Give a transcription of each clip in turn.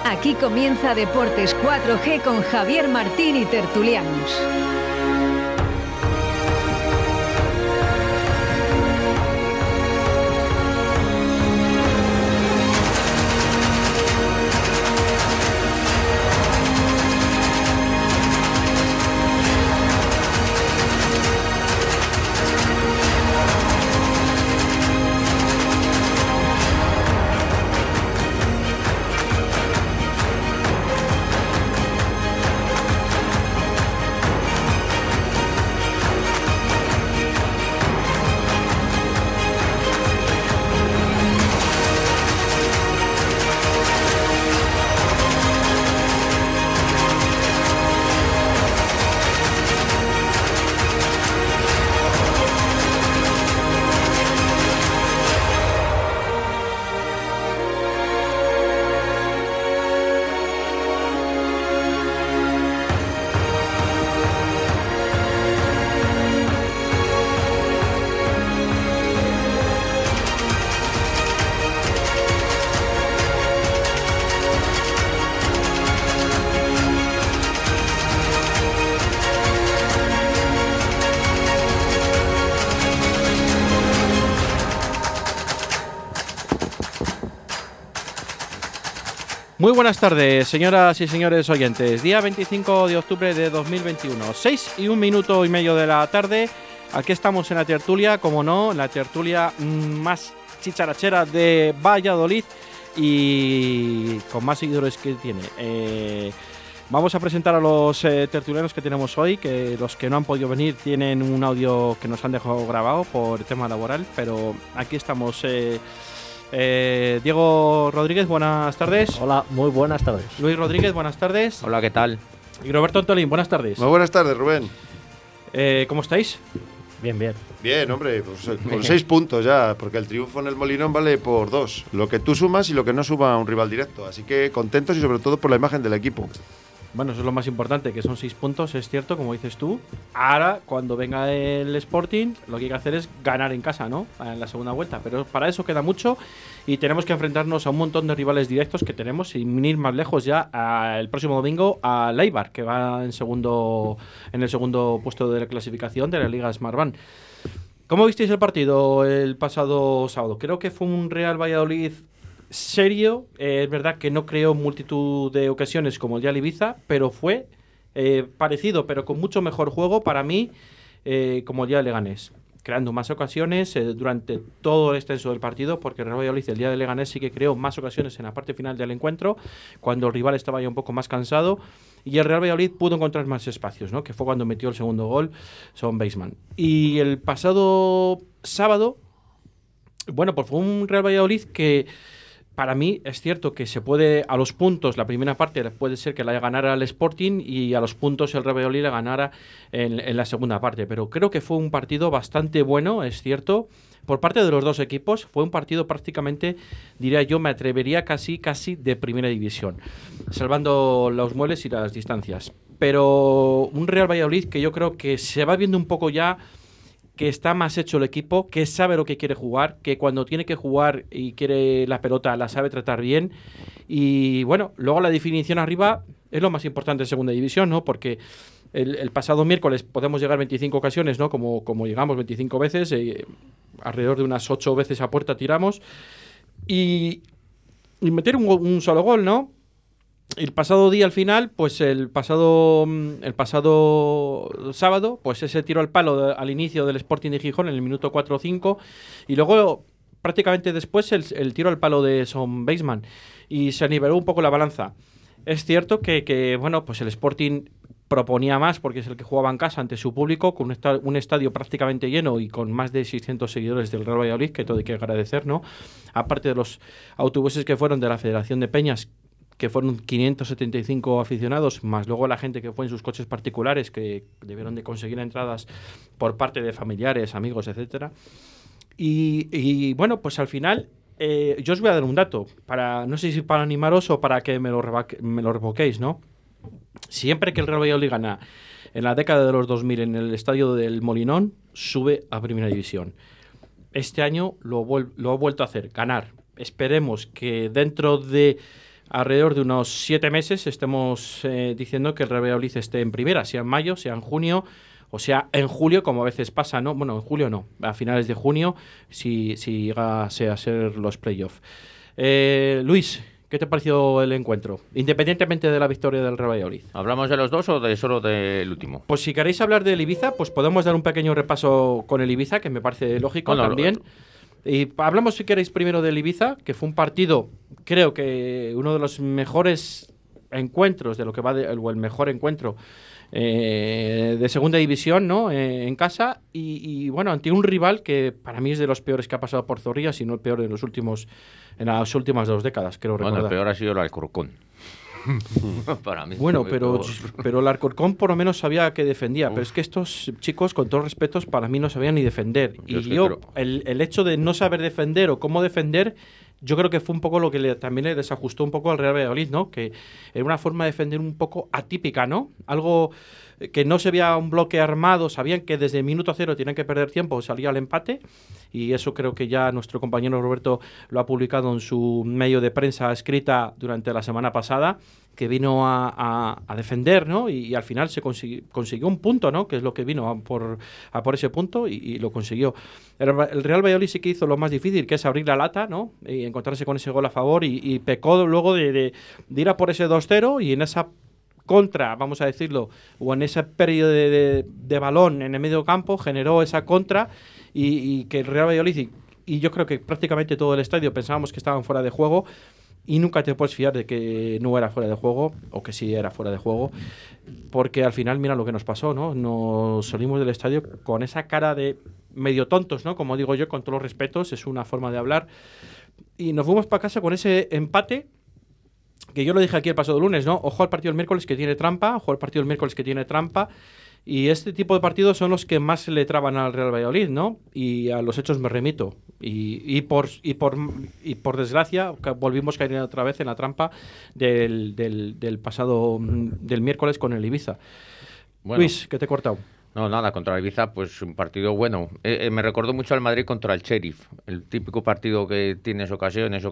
Aquí comienza Deportes 4G con Javier Martín y tertulianos. Muy buenas tardes, señoras y señores oyentes. Día 25 de octubre de 2021, 6 y 1 minuto y medio de la tarde. Aquí estamos en la tertulia, como no, la tertulia más chicharachera de Valladolid y con más seguidores que tiene. Vamos a presentar a los tertulianos que tenemos hoy, que los que no han podido venir tienen un audio que nos han dejado grabado por tema laboral, pero aquí estamos. Diego Rodríguez, buenas tardes. Hola, muy buenas tardes. Luis Rodríguez, buenas tardes. Hola, ¿qué tal? Y Roberto Antolín, buenas tardes. Muy buenas tardes, Rubén. ¿Cómo estáis? Bien, bien. Bien, hombre, pues con 6 puntos ya, porque el triunfo en el Molinón vale por 2. Lo que tú sumas y lo que no suma un rival directo. Así que contentos y sobre todo por la imagen del equipo. Bueno, eso es lo más importante, que son 6 puntos, es cierto, como dices tú. Ahora, cuando venga el Sporting, lo que hay que hacer es ganar en casa, ¿no? En la segunda vuelta. Pero para eso queda mucho y tenemos que enfrentarnos a un montón de rivales directos que tenemos, sin ir más lejos ya, el próximo domingo a Eibar, que va en el segundo puesto de la clasificación de la Liga Smartbank. ¿Cómo visteis el partido el pasado sábado? Creo que fue un Real Valladolid serio. Es verdad que no creó multitud de ocasiones como el de Ibiza, pero fue parecido, pero con mucho mejor juego para mí, como el día de Leganés, creando más ocasiones durante todo el extenso del partido, porque el Real Valladolid el día de Leganés sí que creó más ocasiones en la parte final del encuentro, cuando el rival estaba ya un poco más cansado, y el Real Valladolid pudo encontrar más espacios, ¿no? Que fue cuando metió el segundo gol Son Baseman. Y el pasado sábado, bueno, pues fue un Real Valladolid que para mí es cierto que se puede, a los puntos, la primera parte puede ser que la ganara el Sporting y a los puntos el Real Valladolid la ganara en la segunda parte, pero creo que fue un partido bastante bueno, es cierto, por parte de los dos equipos. Fue un partido prácticamente, diría yo, me atrevería casi de primera división, salvando los muebles y las distancias. Pero un Real Valladolid que yo creo que se va viendo un poco ya que está más hecho el equipo, que sabe lo que quiere jugar, que cuando tiene que jugar y quiere la pelota la sabe tratar bien. Y bueno, luego la definición arriba es lo más importante en segunda división, ¿no? Porque el pasado miércoles podemos llegar 25 ocasiones, ¿no? Como llegamos 25 veces, alrededor de unas 8 veces a puerta tiramos. Y meter un solo gol, ¿no? El pasado día al final, pues el pasado sábado, pues ese tiro al palo al inicio del Sporting de Gijón en el minuto 4 o 5, y luego prácticamente después el tiro al palo de Son Baseman, y se niveló un poco la balanza. Es cierto que bueno, pues el Sporting proponía más porque es el que jugaba en casa ante su público, con un estadio prácticamente lleno y con más de 600 seguidores del Real Valladolid, que todo hay que agradecer, ¿no? Aparte de los autobuses que fueron de la Federación de Peñas, que fueron 575 aficionados, más luego la gente que fue en sus coches particulares, que debieron de conseguir entradas por parte de familiares, amigos, etcétera. Y bueno, pues al final yo os voy a dar un dato, no sé si para animaros o para que me lo revoquéis, ¿no? Siempre que el Real Valladolid gana en la década de los 2000 en el estadio del Molinón, sube a Primera División. Este año lo ha vuelto a hacer, ganar. Esperemos que dentro de alrededor de unos 7 meses estemos diciendo que el Real Valladolid esté en primera, sea en mayo, sea en junio o sea en julio, como a veces pasa, ¿no? Bueno, en julio no, a finales de junio, si llegase a ser los playoffs. Luis, ¿qué te pareció el encuentro? Independientemente de la victoria del Real Valladolid. ¿Hablamos de los dos o de solo del último? Pues si queréis hablar del Ibiza, pues podemos dar un pequeño repaso con el Ibiza, que me parece lógico también. Y hablamos, si queréis, primero del Ibiza, que fue un partido, creo que uno de los mejores encuentros de lo que va o el mejor encuentro de segunda división, ¿no? En casa y bueno, ante un rival que para mí es de los peores que ha pasado por Zorrilla, si no el peor en las últimas 2 décadas, creo recordar. Bueno, el peor ha sido el Alcorcón. Para mí bueno, pero el Alcorcón por lo menos sabía que defendía. Pero es que estos chicos, con todos respetos, para mí no sabían ni defender. El hecho de no saber defender o cómo defender, yo creo que fue un poco lo que también le desajustó un poco al Real Valladolid, ¿no? Que era una forma de defender un poco atípica, ¿no? Algo que no se veía un bloque armado, sabían que desde el minuto 0 tenían que perder tiempo, salía el empate, y eso creo que ya nuestro compañero Roberto lo ha publicado en su medio de prensa escrita durante la semana pasada, que vino a defender, ¿no? Y al final se consiguió un punto, ¿no? Que es lo que vino a por ese punto y lo consiguió. El Real Valladolid sí que hizo lo más difícil, que es abrir la lata, ¿no? Y encontrarse con ese gol a favor y pecó luego de ir a por ese 2-0 y en esa contra, vamos a decirlo, o en ese periodo de balón en el medio campo generó esa contra y que el Real Valladolid y yo creo que prácticamente todo el estadio pensábamos que estaban fuera de juego y nunca te puedes fiar de que no era fuera de juego o que sí era fuera de juego, porque al final mira lo que nos pasó, ¿no? Nos salimos del estadio con esa cara de medio tontos, ¿no? Como digo yo, con todos los respetos, es una forma de hablar, y nos fuimos para casa con ese empate que yo lo dije aquí el pasado lunes, ¿no? Ojo al partido del miércoles que tiene trampa, y este tipo de partidos son los que más le traban al Real Valladolid, ¿no? Y a los hechos me remito. Y por desgracia volvimos a caer otra vez en la trampa del pasado del miércoles con el Ibiza. Bueno, Luis, ¿qué te he cortado? No, nada, contra el Ibiza, pues un partido bueno. Me recordó mucho al Madrid contra el Sheriff, el típico partido que tienes ocasiones.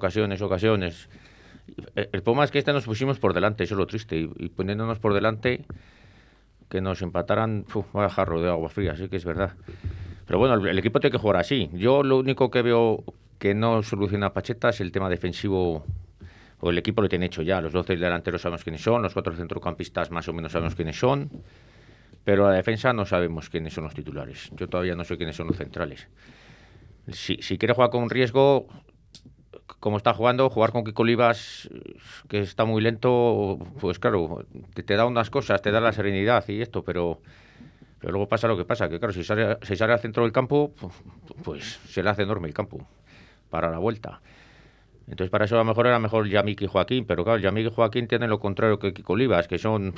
El problema es que nos pusimos por delante, eso es lo triste, y poniéndonos por delante, que nos empataran, vaya jarro de agua fría, sí que es verdad. Pero bueno, el equipo tiene que jugar así. Yo lo único que veo que no soluciona Pacheta es el tema defensivo, o el equipo lo tiene hecho ya, los 12 delanteros sabemos quiénes son, los 4 centrocampistas más o menos sabemos quiénes son, pero la defensa no sabemos quiénes son los titulares. Yo todavía no sé quiénes son los centrales. Si quiere jugar con un riesgo, como está jugando, jugar con Kiko Olivas, que está muy lento, pues claro, te da unas cosas, te da la serenidad y esto, pero luego pasa lo que pasa, que claro, si sale al centro del campo, pues se le hace enorme el campo para la vuelta. Entonces para eso a lo mejor era mejor Yamik y Joaquín, pero claro, Yamik y Joaquín tienen lo contrario que Kiko Olivas, que son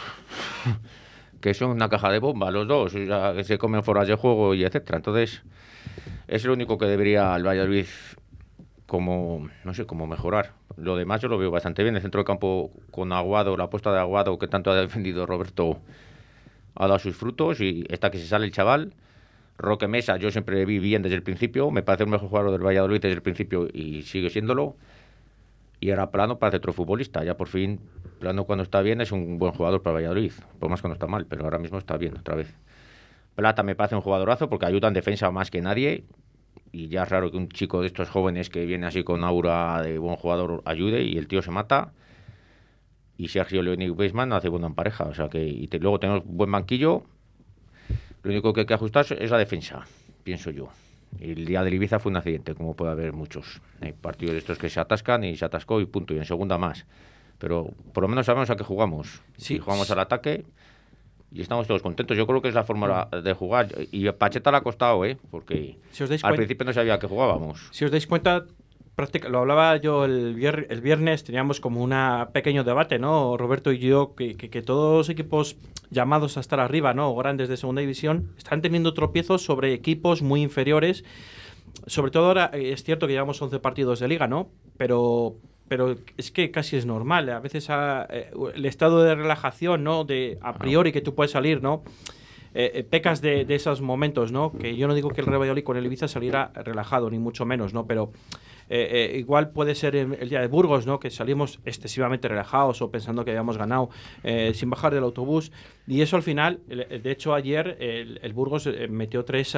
una caja de bomba los dos, o sea, que se comen foras de juego y etcétera. Entonces es lo único que debería el Valladolid como mejorar. Lo demás yo lo veo bastante bien. El centro de campo con Aguado, la apuesta de Aguado que tanto ha defendido Roberto, ha dado sus frutos, y esta que se sale el chaval. Roque Mesa, yo siempre vi bien desde el principio, me parece el mejor jugador del Valladolid desde el principio y sigue siéndolo. Y ahora Plano parece otro futbolista, ya por fin Plano cuando está bien es un buen jugador para Valladolid, por más que no está mal, pero ahora mismo está bien otra vez. Plata me parece un jugadorazo porque ayuda en defensa más que nadie. Y ya es raro que un chico de estos jóvenes que viene así con aura de buen jugador ayude, y el tío se mata. Y Sergio León y Weisman hace buena en pareja. O sea que luego tenemos buen banquillo. Lo único que hay que ajustar es la defensa, pienso yo. El día del Ibiza fue un accidente, como puede haber muchos. Hay partidos de estos que se atascan y se atascó y punto. Y en segunda más. Pero por lo menos sabemos a qué jugamos. Sí. Y jugamos al ataque. Y estamos todos contentos. Yo creo que es la forma de jugar. Y a Pacheta le ha costado, porque si os dais al principio no sabía a qué jugábamos. Si os dais cuenta, lo hablaba yo el viernes, teníamos como un pequeño debate, ¿no? Roberto y yo, que todos los equipos llamados a estar arriba, ¿no? Grandes de segunda división, están teniendo tropiezos sobre equipos muy inferiores. Sobre todo ahora, es cierto que llevamos 11 partidos de liga, ¿no? Pero es que casi es normal. A veces el estado de relajación, ¿no? A priori que tú puedes salir, ¿no? Pecas de esos momentos, ¿no? Que yo no digo que el Real Valladolid con el Ibiza saliera relajado, ni mucho menos, ¿no? Pero igual puede ser el día de Burgos, ¿no? Que salimos excesivamente relajados o pensando que habíamos ganado sin bajar del autobús. Y eso al final, de hecho ayer el Burgos metió 3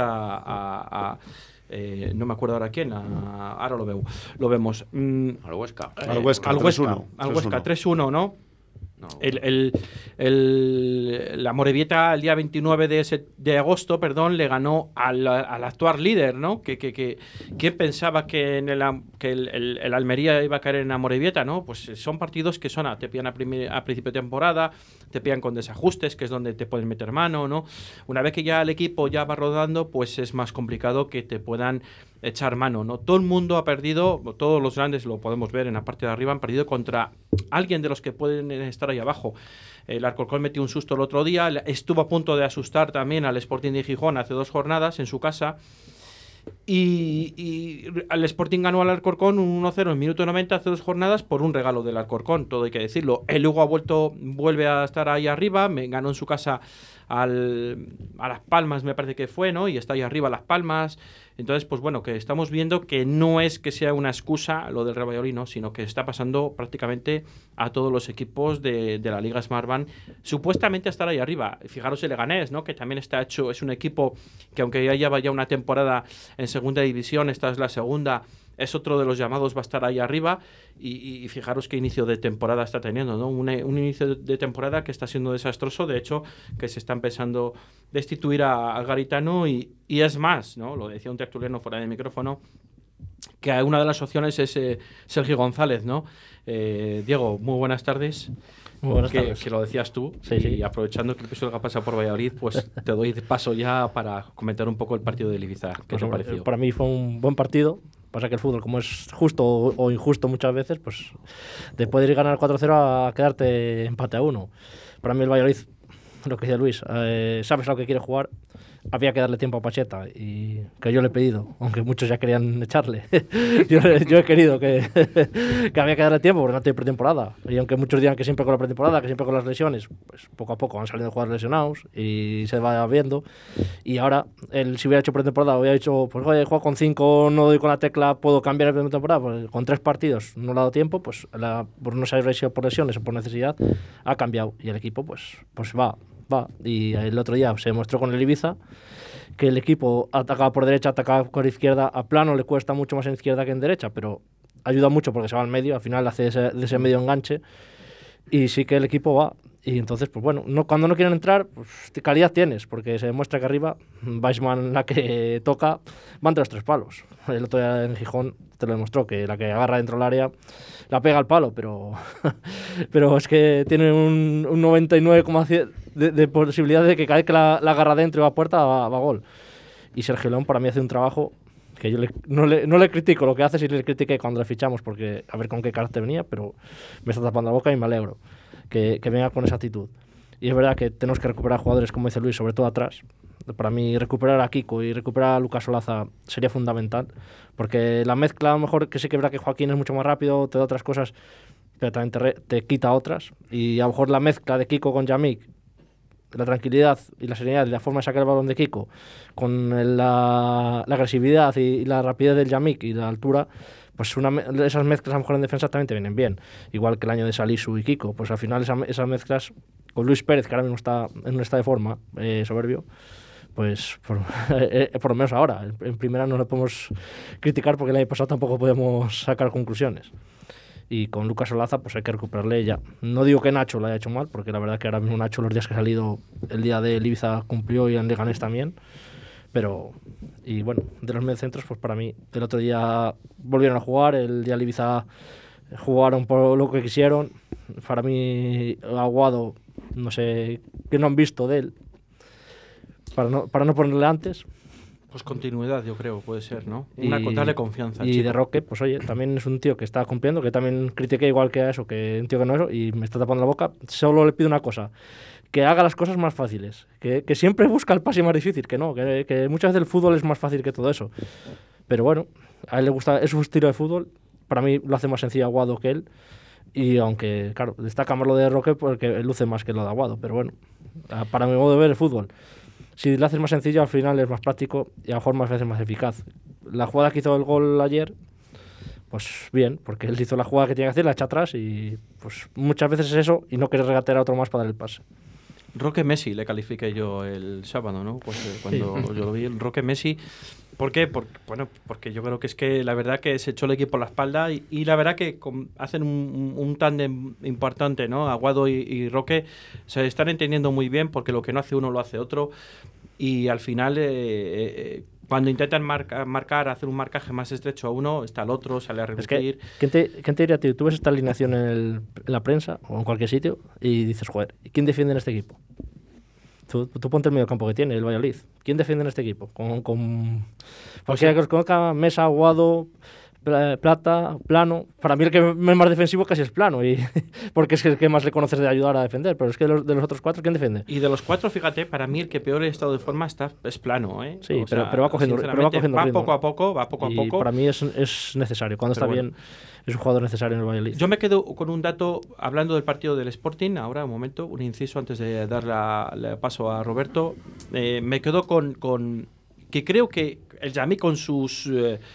no me acuerdo ahora quién, ahora lo vemos. Al Huesca. Al Huesca, Al 3-1. 3-1, ¿no? No. La Morevieta el día 29 de agosto, le ganó al actual líder, ¿no? ¿Quién pensaba que el Almería iba a caer en la Morevieta, ¿no? Pues son partidos que te pillan a principio de temporada, te pillan con desajustes, que es donde te pueden meter mano, ¿no? Una vez que ya el equipo ya va rodando, pues es más complicado que te puedan echar mano, ¿no? Todo el mundo ha perdido, todos los grandes, lo podemos ver en la parte de arriba, han perdido contra alguien de los que pueden estar ahí abajo. El Alcorcón metió un susto el otro día, estuvo a punto de asustar también al Sporting de Gijón hace 2 jornadas en su casa, y el Sporting ganó al Alcorcón un 1-0 en el minuto 90 hace 2 jornadas por un regalo del Alcorcón, todo hay que decirlo. El Lugo vuelve a estar ahí arriba, ganó en su casa a Las Palmas, me parece que fue, ¿no? Y está ahí arriba Las Palmas. Entonces, pues bueno, que estamos viendo que no es que sea una excusa lo del Real Valladolid, ¿no? Sino que está pasando prácticamente a todos los equipos de la Liga Smartbank, supuestamente a estar ahí arriba. Fijaros el Leganés, ¿no? Que también está hecho, es un equipo que aunque ya lleva ya una temporada en segunda división, esta es la segunda, es otro de los llamados, va a estar ahí arriba, y fijaros qué inicio de temporada está teniendo, ¿no? Un inicio de temporada que está siendo desastroso, de hecho, que se está empezando a destituir a Garitano, y es más, ¿no? Lo decía un tertuliano fuera de micrófono, que una de las opciones es Sergio González, ¿no? Diego, muy buenas tardes. Muy buenas tardes. Que lo decías tú, Sí, y sí. aprovechando que el Pisuerga pasa por Valladolid, pues te doy paso ya para comentar un poco el partido del Ibiza. ¿Qué te pareció? Para mí fue un buen partido. Pasa que el fútbol, como es justo o injusto muchas veces, pues te puede ir ganar 4-0 a quedarte empate a 1. Para mí el Valladolid, lo que decía Luis, sabes lo que quiere jugar. Había que darle tiempo a Pacheta, y que yo le he pedido, aunque muchos ya querían echarle. yo he querido que había que darle tiempo, porque no tiene pretemporada. Y aunque muchos digan que siempre con la pretemporada, que siempre con las lesiones, pues poco a poco van saliendo jugadores lesionados y se va viendo. Y ahora, si hubiera hecho pretemporada, hubiera dicho, pues oye, juego con 5, no doy con la tecla, puedo cambiar en pretemporada. Pues, con 3 partidos no le ha dado tiempo, pues por no saber si por lesiones o por necesidad, ha cambiado. Y el equipo pues va. Y el otro día se demostró con el Ibiza que el equipo atacaba por derecha, atacaba por izquierda. A Plano le cuesta mucho más en izquierda que en derecha, pero ayuda mucho porque se va al medio, al final hace de ese medio enganche, y sí que el equipo va. Y entonces, pues bueno, cuando no quieren entrar, pues calidad tienes, porque se demuestra que arriba Weissman, la que toca, va entre los 3 palos. El otro día en Gijón te lo demostró, que la que agarra dentro del área la pega al palo, pero es que tiene un 99,7 de posibilidad de que cada vez que la agarra dentro y va a puerta, va a gol. Y Sergio León para mí hace un trabajo que yo no le critico lo que hace, si le critiqué cuando le fichamos, porque a ver con qué carácter venía, pero me está tapando la boca y me alegro que venga con esa actitud. Y es verdad que tenemos que recuperar jugadores, como dice Luis, sobre todo atrás. Para mí recuperar a Kiko y recuperar a Lucas Olaza sería fundamental, porque la mezcla, a lo mejor, que sí que es verdad que Joaquín es mucho más rápido, te da otras cosas, pero también te quita otras, y a lo mejor la mezcla de Kiko con Yamik, la tranquilidad y la serenidad y la forma de sacar el balón de Kiko, con la agresividad y la rapidez del Yamik y la altura, pues esas mezclas a lo mejor en defensa también te vienen bien, igual que el año de Salisu y Kiko. Pues al final esas mezclas con Luis Pérez, que ahora mismo está en un estado de forma soberbio, pues por lo menos ahora en primera no le podemos criticar, porque el año pasado tampoco podemos sacar conclusiones. Y con Lucas Olaza pues hay que recuperarle ya. No digo que Nacho lo haya hecho mal, porque la verdad que ahora mismo Nacho, los días que ha salido, el día de Ibiza cumplió, y en Leganés también. Pero, y bueno, de los mediocentros, pues para mí, el otro día volvieron a jugar, el día de Ibiza jugaron por lo que quisieron. Para mí, Aguado, no sé qué no han visto de él, para no ponerle antes. Pues continuidad, yo creo, puede ser, ¿no? Darle confianza. Y de Roque, pues oye, también es un tío que está cumpliendo, que también critiqué igual que a eso, que un tío que no eso, y me está tapando la boca. Solo le pido una cosa: que haga las cosas más fáciles, que siempre busca el pase más difícil, que muchas veces el fútbol es más fácil que todo eso. Pero bueno, a él le gusta, es su estilo de fútbol. Para mí lo hace más sencillo Aguado que él, y aunque, claro, destaca más lo de Roque porque luce más que lo de Aguado, pero bueno, para mi modo de ver el fútbol, si lo haces más sencillo, al final es más práctico y a lo mejor más veces más eficaz. La jugada que hizo el gol ayer, pues bien, porque él hizo la jugada que tenía que hacer, la echa atrás y pues muchas veces es eso y no quieres regatear a otro más para dar el pase. Roque Messi le califiqué yo el sábado, ¿no? Pues cuando yo lo vi, el Roque Messi. ¿Por qué? Porque yo creo que es que la verdad que se echó el equipo a la espalda y la verdad que hacen un tándem importante, ¿no? Aguado y Roque se están entendiendo muy bien porque lo que no hace uno lo hace otro y al final cuando intentan marcar, hacer un marcaje más estrecho a uno, está el otro, sale a repetir. Es que, ¿quién te diría, tío? Tú ves esta alineación en la prensa o en cualquier sitio y dices, joder, ¿quién defiende en este equipo? Tú ponte el medio campo que tiene el Valladolid. ¿Quién defiende en este equipo? Con cualquiera que os conozca, Mesa, Aguado, Plata, Plano. Para mí el que es más defensivo casi es Plano, porque es el que más le conoces de ayudar a defender. Pero es que de los otros 4, ¿quién defiende? Y de los 4, fíjate, para mí el que peor estado de forma es Plano, ¿eh? Sí, pero va cogiendo ritmo. Va poco a poco. Y para mí es necesario. Cuando pero está bien, es un jugador necesario en el Valladolid. Yo me quedo con un dato, hablando del partido del Sporting, ahora un momento, un inciso antes de dar el paso a Roberto. Me quedo con que creo que el Yamí con sus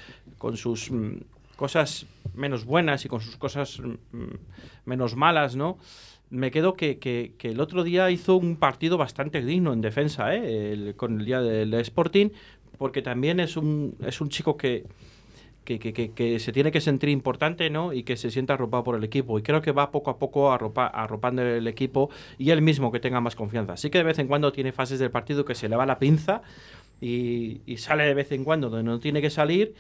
cosas menos buenas y con sus cosas menos malas, ¿no? Me quedo que el otro día hizo un partido bastante digno en defensa, con el día del Sporting, porque también es un chico que se tiene que sentir importante, ¿no? Y que se sienta arropado por el equipo. Y creo que va poco a poco arropando el equipo y él mismo que tenga más confianza. Sí que de vez en cuando tiene fases del partido que se le va la pinza y sale de vez en cuando donde no tiene que salir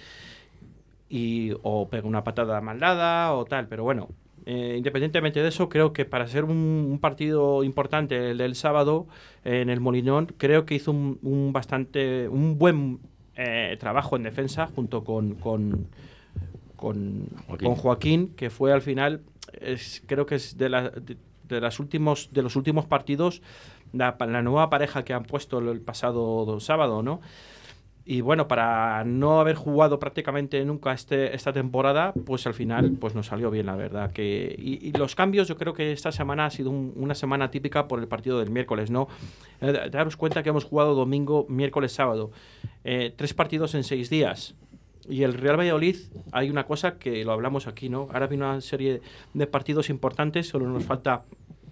o pega una patada mal dada o tal. Pero bueno, independientemente de eso, creo que para ser un partido importante el del sábado en el Molinón, creo que hizo un buen trabajo en defensa junto con Joaquín, que fue al final creo que es de los últimos partidos la nueva pareja que han puesto el pasado sábado, ¿no? Y bueno, para no haber jugado prácticamente nunca esta temporada, pues al final pues nos salió bien, la verdad. Y los cambios, yo creo que esta semana ha sido una semana típica por el partido del miércoles, ¿no? Daros cuenta que hemos jugado domingo, miércoles, sábado. 3 partidos en 6 días. Y el Real Valladolid, hay una cosa que lo hablamos aquí, ¿no? Ahora viene una serie de partidos importantes, solo nos falta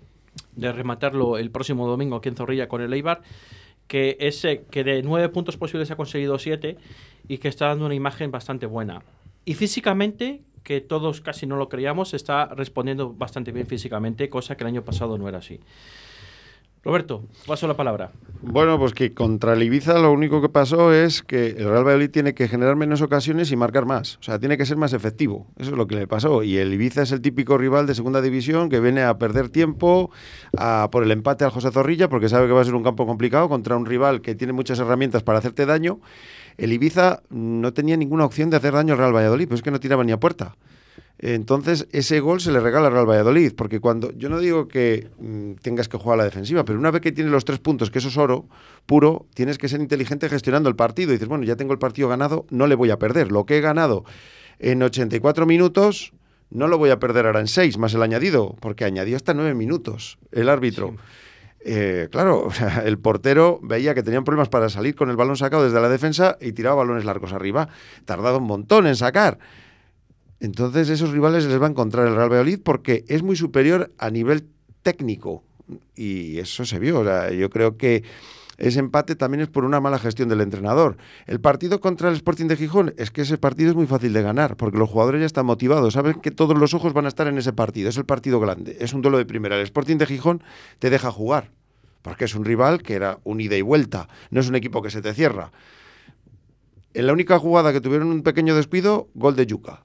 de rematarlo el próximo domingo aquí en Zorrilla con el Eibar, que de 9 puntos posibles ha conseguido 7 y que está dando una imagen bastante buena. Y físicamente, que todos casi no lo creíamos, está respondiendo bastante bien físicamente, cosa que el año pasado no era así. Roberto, paso la palabra. Bueno, pues que contra el Ibiza lo único que pasó es que el Real Valladolid tiene que generar menos ocasiones y marcar más. O sea, tiene que ser más efectivo. Eso es lo que le pasó. Y el Ibiza es el típico rival de segunda división que viene a perder tiempo por el empate al José Zorrilla, porque sabe que va a ser un campo complicado contra un rival que tiene muchas herramientas para hacerte daño. El Ibiza no tenía ninguna opción de hacer daño al Real Valladolid, pero es que no tiraba ni a puerta. Entonces ese gol se le regala al Real Valladolid, porque cuando yo no digo que tengas que jugar a la defensiva, pero una vez que tienes los 3 puntos, que eso es oro puro, tienes que ser inteligente gestionando el partido. Y dices, bueno, ya tengo el partido ganado, no le voy a perder. Lo que he ganado en 84 minutos, no lo voy a perder ahora en 6, más el añadido, porque añadió hasta 9 minutos el árbitro. Sí. Claro, o sea, el portero veía que tenían problemas para salir con el balón sacado desde la defensa y tiraba balones largos arriba. Tardado un montón en sacar. Entonces esos rivales les va a encontrar el Real Valladolid porque es muy superior a nivel técnico y eso se vio. O sea, yo creo que ese empate también es por una mala gestión del entrenador. El partido contra el Sporting de Gijón es que ese partido es muy fácil de ganar porque los jugadores ya están motivados, saben que todos los ojos van a estar en ese partido, es el partido grande, es un duelo de primera. El Sporting de Gijón te deja jugar porque es un rival que era un ida y vuelta, no es un equipo que se te cierra. En la única jugada que tuvieron un pequeño descuido, gol de Yuca.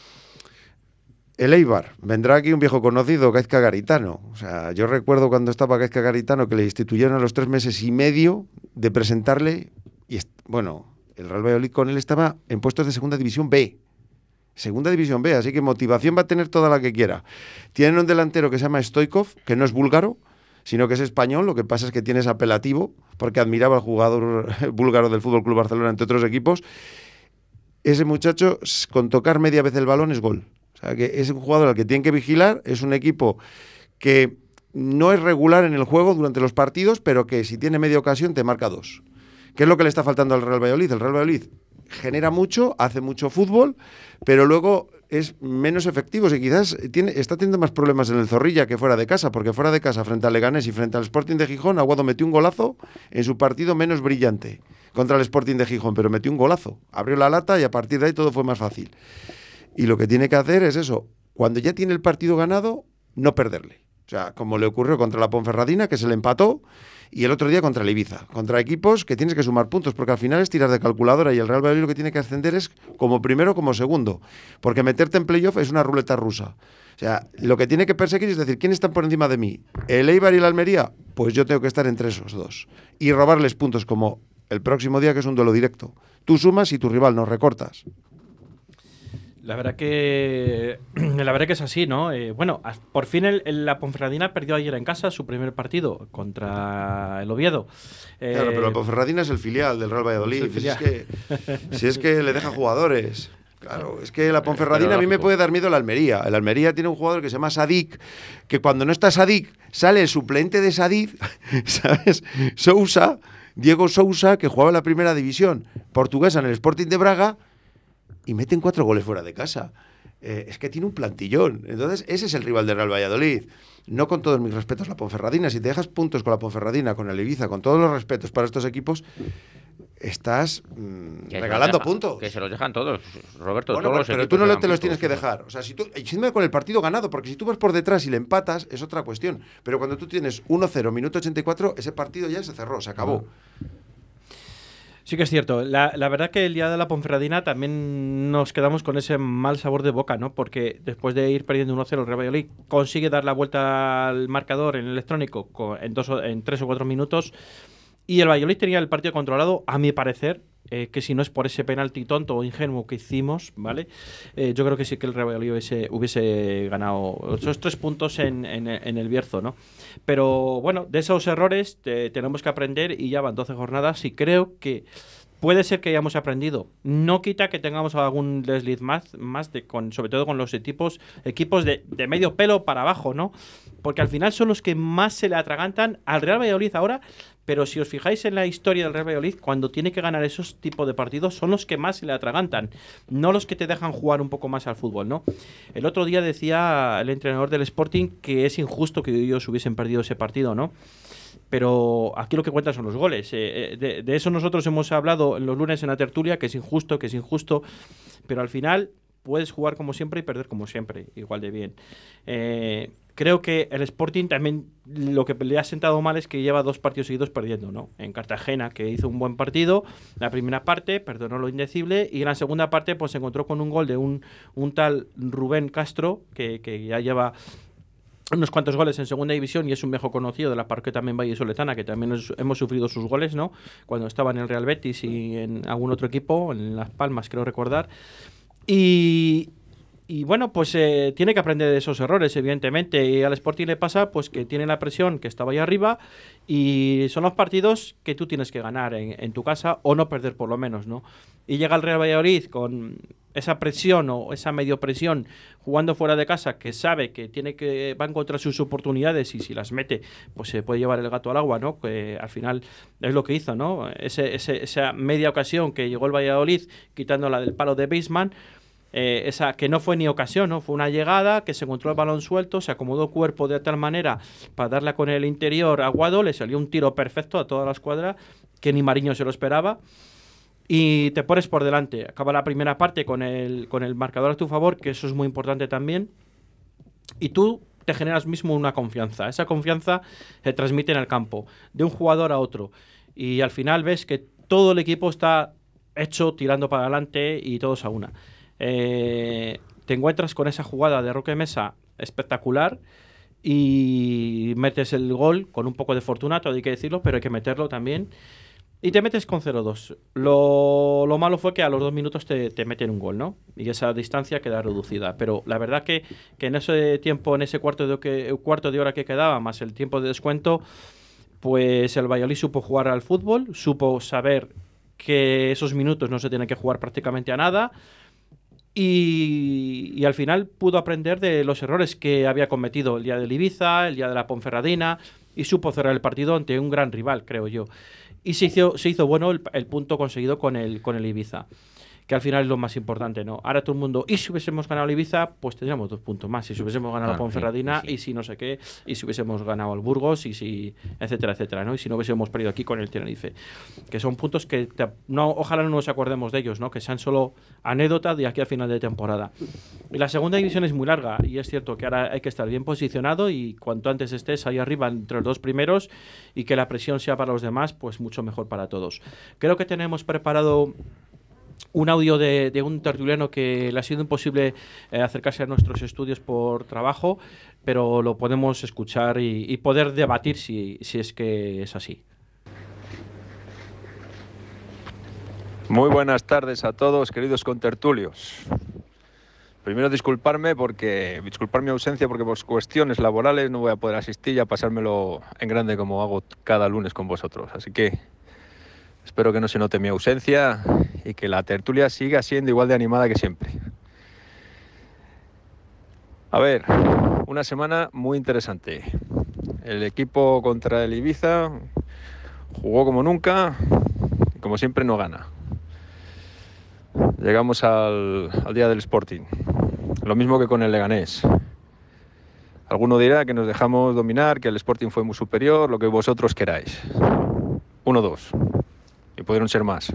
El Eibar, vendrá aquí un viejo conocido, Gaizka Garitano. O sea, yo recuerdo cuando estaba Gaizka Garitano que le instituyeron a los 3 meses y medio de presentarle, y bueno, el Real Valladolid con él estaba en puestos de segunda división B. Segunda división B, así que motivación va a tener toda la que quiera. Tienen un delantero que se llama Stoikov, que no es búlgaro, sino que es español, lo que pasa es que tiene ese apelativo, porque admiraba al jugador búlgaro del Fútbol Club Barcelona, entre otros equipos. Ese muchacho, con tocar media vez el balón, es gol. O sea, que es un jugador al que tienen que vigilar, es un equipo que no es regular en el juego durante los partidos, pero que si tiene media ocasión te marca 2. ¿Qué es lo que le está faltando al Real Valladolid? El Real Valladolid genera mucho, hace mucho fútbol, pero luego es menos efectivo. Y quizás está teniendo más problemas en el Zorrilla que fuera de casa, porque fuera de casa, frente al Leganés y frente al Sporting de Gijón, Aguado metió un golazo en su partido menos brillante contra el Sporting de Gijón, pero metió un golazo. Abrió la lata y a partir de ahí todo fue más fácil. Y lo que tiene que hacer es eso, cuando ya tiene el partido ganado, no perderle. O sea, como le ocurrió contra la Ponferradina, que se le empató, y el otro día contra el Ibiza, contra equipos que tienes que sumar puntos, porque al final es tirar de calculadora y el Real Valladolid lo que tiene que ascender es como primero o como segundo, porque meterte en playoff es una ruleta rusa. O sea, lo que tiene que perseguir es decir, ¿quién está por encima de mí? ¿El Eibar y el Almería? Pues yo tengo que estar entre esos dos y robarles puntos como el próximo día, que es un duelo directo. Tú sumas y tu rival no recortas. La verdad que es así, ¿no? Bueno, por fin la Ponferradina perdió ayer en casa su primer partido contra el Oviedo. Claro, pero la Ponferradina es el filial del Real Valladolid. Si es que le deja jugadores. Claro, es que la Ponferradina a mí me puede dar miedo el Almería. El Almería tiene un jugador que se llama Sadik, que cuando no está Sadik, sale el suplente de Sadik, ¿sabes? Diego Sousa, que jugaba en la primera división portuguesa en el Sporting de Braga, y meten 4 goles fuera de casa. Es que tiene un plantillón. Entonces, ese es el rival del Real Valladolid. No con todos mis respetos la Ponferradina. Si te dejas puntos con la Ponferradina, con el Ibiza, con todos los respetos para estos equipos, estás regalando puntos. Que se los dejan todos, Roberto. Bueno, todos pero tú no te los tienes que dejar. O sea, encima con el partido ganado, porque si tú vas por detrás y le empatas, es otra cuestión. Pero cuando tú tienes 1-0, minuto 84, ese partido ya se cerró, se acabó. Sí que es cierto. La verdad que el día de la Ponferradina también nos quedamos con ese mal sabor de boca, ¿no? Porque después de ir perdiendo 1-0, el Real Valladolid consigue dar la vuelta al marcador en el electrónico en 3 o 4 minutos. Y el Valladolid tenía el partido controlado, a mi parecer, que si no es por ese penalti tonto o ingenuo que hicimos, ¿vale? Yo creo que sí que el Real Valladolid hubiese ganado esos 3 puntos en el Bierzo, ¿no? Pero bueno, de esos errores tenemos que aprender y ya van 12 jornadas y creo que puede ser que hayamos aprendido. No quita que tengamos algún desliz más sobre todo con los equipos de medio pelo para abajo, ¿no? Porque al final son los que más se le atragantan al Real Valladolid ahora. Pero si os fijáis en la historia del Real Valladolid, cuando tiene que ganar esos tipos de partidos, son los que más se le atragantan, no los que te dejan jugar un poco más al fútbol, ¿no? El otro día decía el entrenador del Sporting que es injusto que ellos hubiesen perdido ese partido, ¿no? Pero aquí lo que cuentan son los goles. De eso nosotros hemos hablado los lunes en la tertulia, que es injusto, pero al final puedes jugar como siempre y perder como siempre, igual de bien. Creo que el Sporting también lo que le ha sentado mal es que lleva 2 partidos seguidos perdiendo, ¿no? En Cartagena, que hizo un buen partido, la primera parte perdonó lo indecible y en la segunda parte pues se encontró con un gol de un tal Rubén Castro, que ya lleva unos cuantos goles en segunda división y es un viejo conocido de la parroquia también vallisoletana, que también hemos sufrido sus goles, ¿no? Cuando estaba en el Real Betis y en algún otro equipo, en Las Palmas creo recordar. Y bueno, pues tiene que aprender de esos errores, evidentemente. Y al Sporting le pasa pues que tiene la presión que estaba ahí arriba y son los partidos que tú tienes que ganar en tu casa o no perder por lo menos, ¿no? Y llega el Real Valladolid con esa presión o esa medio presión jugando fuera de casa, que sabe que va a encontrar sus oportunidades y si las mete pues se puede llevar el gato al agua, ¿no? Que al final es lo que hizo, ¿no? Esa media ocasión que llegó el Valladolid quitándola del palo de Baseman. Esa que no fue ni ocasión, ¿no? Fue una llegada que se encontró el balón suelto, se acomodó cuerpo de tal manera para darla con el interior a Aguado, le salió un tiro perfecto a toda la escuadra que ni Mariño se lo esperaba y te pones por delante. Acaba la primera parte con el marcador a tu favor, que eso es muy importante también, y tú te generas mismo una confianza. Esa confianza se transmite en el campo de un jugador a otro y al final ves que todo el equipo está hecho tirando para adelante y todos a una. Te encuentras con esa jugada de Roque Mesa espectacular y metes el gol con un poco de fortuna, todo hay que decirlo, pero hay que meterlo también y te metes con 0-2. Lo malo fue que a los 2 minutos te meten un gol, ¿no? Y esa distancia queda reducida, pero la verdad que en ese tiempo, en ese cuarto de hora que quedaba, más el tiempo de descuento, pues el Valladolid supo jugar al fútbol, supo saber que esos minutos no se tienen que jugar prácticamente a nada. Y al final pudo aprender de los errores que había cometido el día del Ibiza, el día de la Ponferradina, y supo cerrar el partido ante un gran rival, creo yo. Y se hizo bueno el punto conseguido con el Ibiza. que al final es lo más importante, ¿no? Ahora todo el mundo, y si hubiésemos ganado el Ibiza, pues tendríamos 2 puntos más, y si hubiésemos ganado la Ponferradina, y si no sé qué, y si hubiésemos ganado el Burgos, y si, etcétera, etcétera, ¿no? Y si no hubiésemos perdido aquí con el Tenerife, que son puntos que ojalá no nos acordemos de ellos, ¿no? Que sean solo anécdota de aquí a final de temporada. Y la segunda división es muy larga, y es cierto que ahora hay que estar bien posicionado, y cuanto antes estés ahí arriba entre los 2 primeros, y que la presión sea para los demás, pues mucho mejor para todos. Creo que tenemos preparado un audio de un tertuliano que le ha sido imposible acercarse a nuestros estudios por trabajo, pero lo podemos escuchar y poder debatir si es que es así. Muy buenas tardes a todos, queridos contertulios. Primero disculpar mi ausencia porque por cuestiones laborales no voy a poder asistir y a pasármelo en grande como hago cada lunes con vosotros. Así que espero que no se note mi ausencia y que la tertulia siga siendo igual de animada que siempre. A ver, una semana muy interesante. El equipo contra el Ibiza jugó como nunca y como siempre no gana. Llegamos al día del Sporting, lo mismo que con el Leganés. Alguno dirá que nos dejamos dominar, que el Sporting fue muy superior, lo que vosotros queráis. 1-2, y pudieron ser más.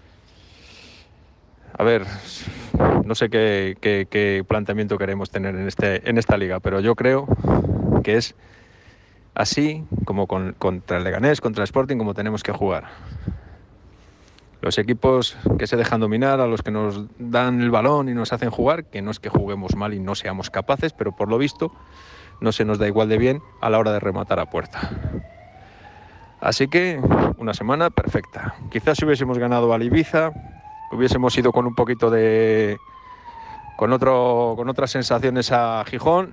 A ver, no sé qué planteamiento queremos tener en esta liga, pero yo creo que es así como contra el Leganés, contra el Sporting, como tenemos que jugar. Los equipos que se dejan dominar, a los que nos dan el balón y nos hacen jugar, que no es que juguemos mal y no seamos capaces, pero por lo visto no se nos da igual de bien a la hora de rematar a puerta. Así que una semana perfecta. Quizás si hubiésemos ganado al Ibiza, hubiésemos ido con un poquito con otras sensaciones a Gijón.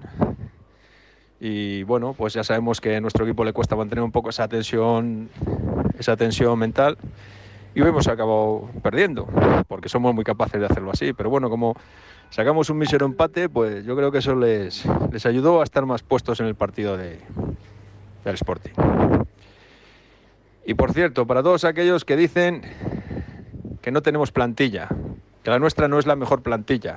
Y bueno, pues ya sabemos que a nuestro equipo le cuesta mantener un poco esa tensión mental. Y hemos acabado perdiendo, porque somos muy capaces de hacerlo así. Pero bueno, como sacamos un mísero empate, pues yo creo que eso les ayudó a estar más puestos en el partido del Sporting. Y por cierto, para todos aquellos que dicen que no tenemos plantilla, que la nuestra no es la mejor plantilla,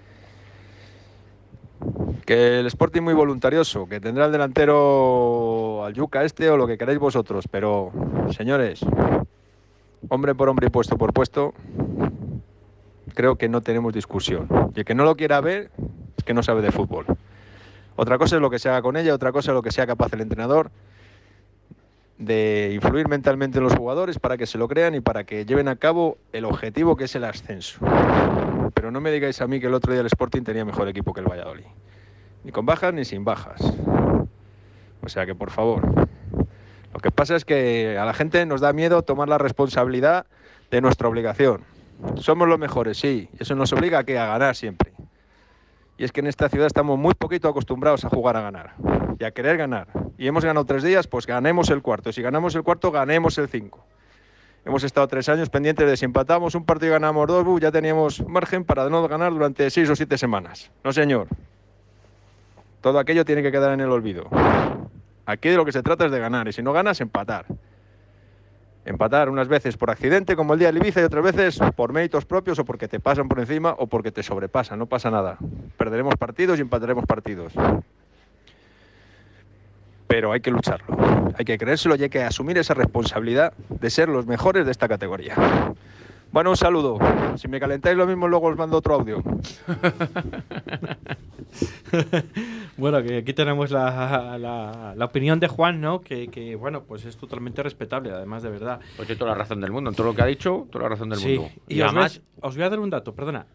que el Sporting muy voluntarioso, que tendrá el delantero al Yuca o lo que queráis vosotros, pero señores, hombre por hombre y puesto por puesto, creo que no tenemos discusión. Y el que no lo quiera ver es que no sabe de fútbol. Otra cosa es lo que se haga con ella, otra cosa es lo que sea capaz el entrenador de influir mentalmente en los jugadores para que se lo crean y para que lleven a cabo el objetivo que es el ascenso. Pero no me digáis a mí que el otro día el Sporting tenía mejor equipo que el Valladolid. Ni con bajas ni sin bajas. O sea que, por favor, lo que pasa es que a la gente nos da miedo tomar la responsabilidad de nuestra obligación. Somos los mejores, sí, eso nos obliga a ganar siempre. Y es que en esta ciudad estamos muy poquito acostumbrados a jugar a ganar y a querer ganar. Y hemos ganado 3 días, pues ganemos el cuarto. Y si ganamos el cuarto, ganemos el 5. Hemos estado 3 años pendientes de si empatamos un partido y ganamos 2, ya teníamos margen para no ganar durante 6 o 7 semanas. No, señor. Todo aquello tiene que quedar en el olvido. Aquí de lo que se trata es de ganar, y si no ganas, empatar. Empatar unas veces por accidente, como el día del Ibiza, y otras veces por méritos propios o porque te pasan por encima o porque te sobrepasan. No pasa nada. Perderemos partidos y empataremos partidos. Pero hay que lucharlo. Hay que creérselo y hay que asumir esa responsabilidad de ser los mejores de esta categoría. Bueno, un saludo. Si me calentáis lo mismo, luego os mando otro audio. Bueno, que aquí tenemos la opinión de Juan, ¿no? Que bueno, pues es totalmente respetable, además, de verdad. Pues tiene toda la razón del mundo, en todo lo que ha dicho, toda la razón del mundo. Y además, os voy a dar un dato,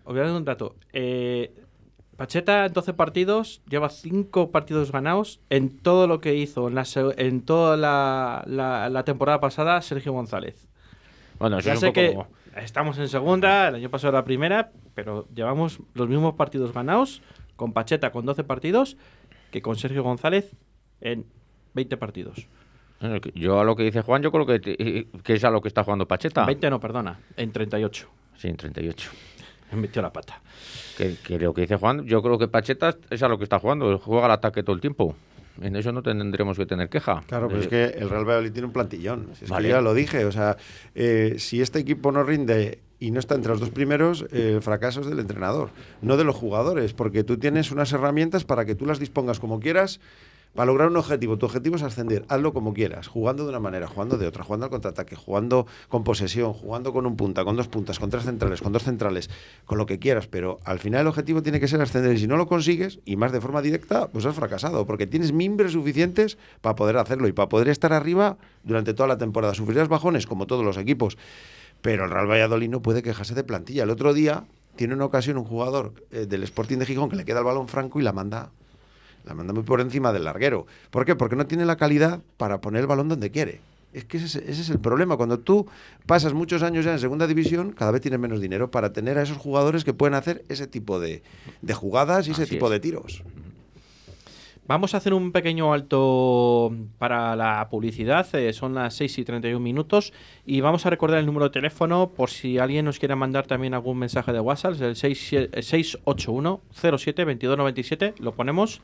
Pacheta en 12 partidos lleva 5 partidos ganados en todo lo que hizo en toda la temporada pasada Sergio González. Bueno, eso ya es sé un poco... que estamos en segunda, el año pasado era la primera, pero llevamos los mismos partidos ganados con Pacheta con 12 partidos que con Sergio González en 20 partidos. Yo a lo que dice Juan, yo creo que es a lo que está jugando Pacheta. En 20 no, perdona, en 38. Sí, en 38. Me metió la pata. Que lo que dice Juan, yo creo que Pacheta es a lo que está jugando, juega al ataque todo el tiempo. En eso no tendremos que tener queja. Claro, pero es que el Real Valladolid tiene un plantillón. Es vale. que ya lo dije. O sea, si este equipo no rinde y no está entre los 2 primeros fracasos del entrenador, no de los jugadores, porque tú tienes unas herramientas para que tú las dispongas como quieras para lograr un objetivo. Tu objetivo es ascender, hazlo como quieras, jugando de una manera, jugando de otra, jugando al contraataque, jugando con posesión, jugando con un punta, con 2 puntas, con 3 centrales, con 2 centrales, con lo que quieras, pero al final el objetivo tiene que ser ascender, y si no lo consigues, y más de forma directa, pues has fracasado, porque tienes mimbres suficientes para poder hacerlo y para poder estar arriba durante toda la temporada. Sufrirás bajones, como todos los equipos, pero el Real Valladolid no puede quejarse de plantilla. El otro día tiene una ocasión un jugador del Sporting de Gijón que le queda el balón franco y la manda muy por encima del larguero. ¿Por qué? Porque no tiene la calidad para poner el balón donde quiere. Es que ese es el problema. Cuando tú pasas muchos años ya en segunda división, cada vez tienes menos dinero para tener a esos jugadores que pueden hacer ese tipo de jugadas y ese tipo de tiros. Vamos a hacer un pequeño alto para la publicidad. Son las 6:31 y vamos a recordar el número de teléfono por si alguien nos quiere mandar también algún mensaje de WhatsApp. Es el 681 07 2297. Lo ponemos.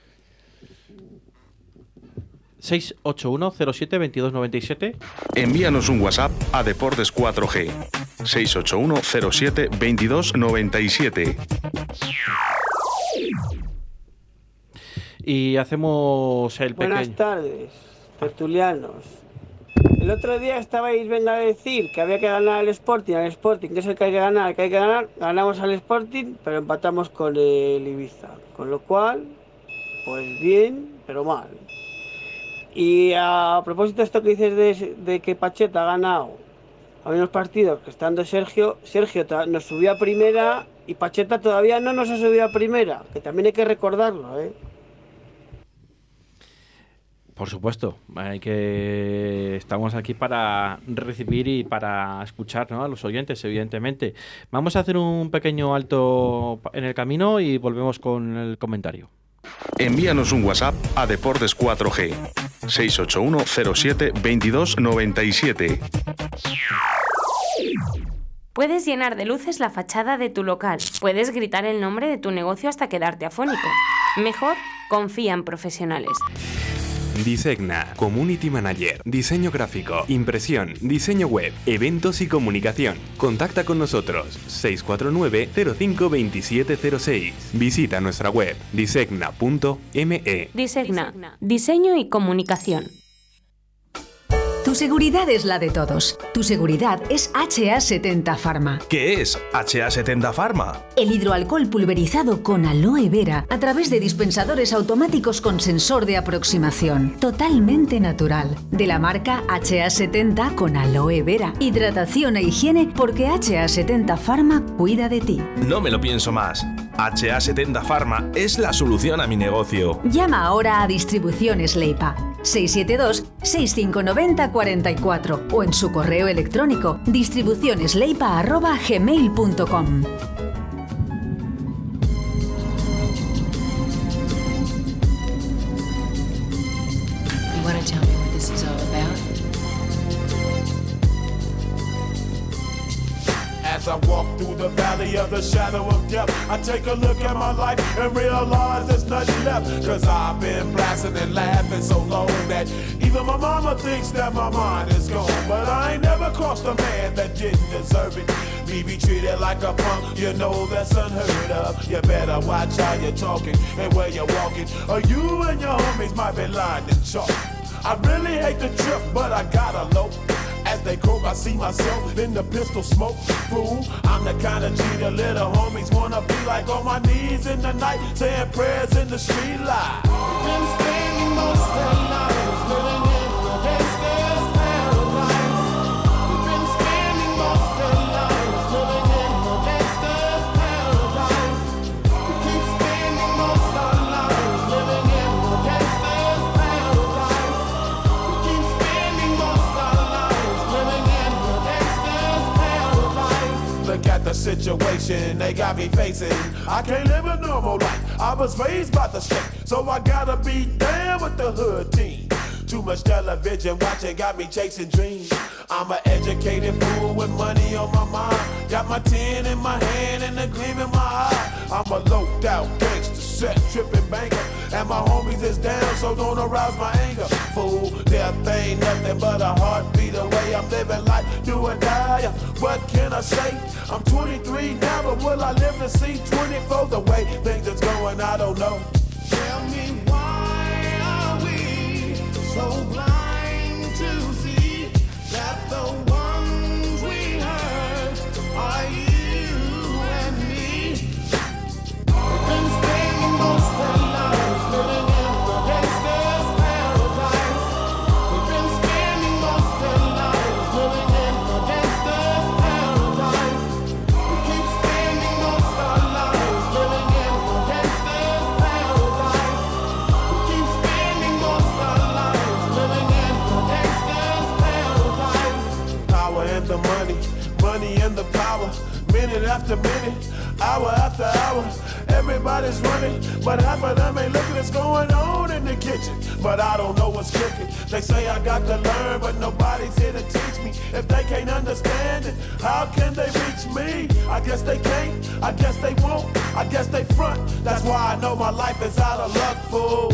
681 07 2297. Envíanos un WhatsApp a Deportes 4G. 681 07 2297. Y hacemos el pequeño... Buenas tardes, tertulianos. El otro día estabais venga a decir que había que ganar al Sporting, que es el que hay que ganar, ganamos al Sporting, pero empatamos con el Ibiza. Con lo cual, pues bien, pero mal. Y a propósito de esto que dices de que Pacheta ha ganado a unos partidos que estando Sergio nos subió a primera y Pacheta todavía no nos ha subido a primera, que también hay que recordarlo, ¿eh? Por supuesto, estamos aquí para recibir y para escuchar, ¿no?, a los oyentes, evidentemente. Vamos a hacer un pequeño alto en el camino y volvemos con el comentario. Envíanos un WhatsApp a Deportes 4G. 681 07 2297. Puedes llenar de luces la fachada de tu local. Puedes gritar el nombre de tu negocio hasta quedarte afónico. Mejor, confía en profesionales. Disegna, Community Manager, diseño gráfico, impresión, diseño web, eventos y comunicación. Contacta con nosotros 649 05 2706. Visita nuestra web disegna.me. Disegna, diseño y comunicación. Tu seguridad es la de todos. Tu seguridad es HA70 Pharma. ¿Qué es HA70 Pharma? El hidroalcohol pulverizado con aloe vera a través de dispensadores automáticos con sensor de aproximación. Totalmente natural. De la marca HA70 con aloe vera. Hidratación e higiene porque HA70 Pharma cuida de ti. No me lo pienso más. HA70 Pharma es la solución a mi negocio. Llama ahora a Distribuciones Leipa. 672-6590-44 o en su correo electrónico distribucionesleipa@gmail.com. As I walk through the valley of the shadow of death, I take a look at my life and realize there's nothing left. Cause I've been blasting and laughing so long that even my mama thinks that my mind is gone. But I ain't never crossed a man that didn't deserve it. Me be treated like a punk, you know that's unheard of. You better watch how you're talking and where you're walking, or you and your homies might be lying in chalk. I really hate the trip, but I gotta low. As they croak, I see myself in the pistol smoke. Fool, I'm the kind of G the little homies wanna be like, on my knees in the night, saying prayers in the street light. Been spending most of their lives living in a gangster's paradise. We've been spending most of their lives living in a gangster's paradise. We keep spending most of our lives living in a gangster's paradise. We keep spending most of our lives living in a gangster's paradise. Look at the situation they got me facing. I can't live a normal life. I was raised by the state, so I gotta be down with the hood team. Too much television watching got me chasing dreams. I'm an educated fool with money on my mind. Got my tin in my hand and a gleam in my eye. I'm a low-down gangster. set tripping banker. And my homies is down, so don't arouse my anger. Fool, death ain't nothing but a heartbeat away. I'm living life, do or die. What can I say? I'm 23 now, but will I live to see 24? The way things is going, I don't know. Tell me why are we so blind to see that the ones we hurt are you and me? We've been spending most of our lives living in the gangster's paradise. We've been spending most of our lives living in the gangster's paradise. We keep spending most of our lives living in the gangster's paradise. We keep spending most of our lives living in the gangster's paradise. Power and the money, money and the power. Minute after minute, hour after hour, everybody's running, but half of them ain't looking what's going on in the kitchen. But I don't know what's cooking. They say I got to learn, but nobody's here to teach me. If they can't understand it, how can they reach me? I guess they can't, I guess they won't, I guess they front. That's why I know my life is out of luck, fool.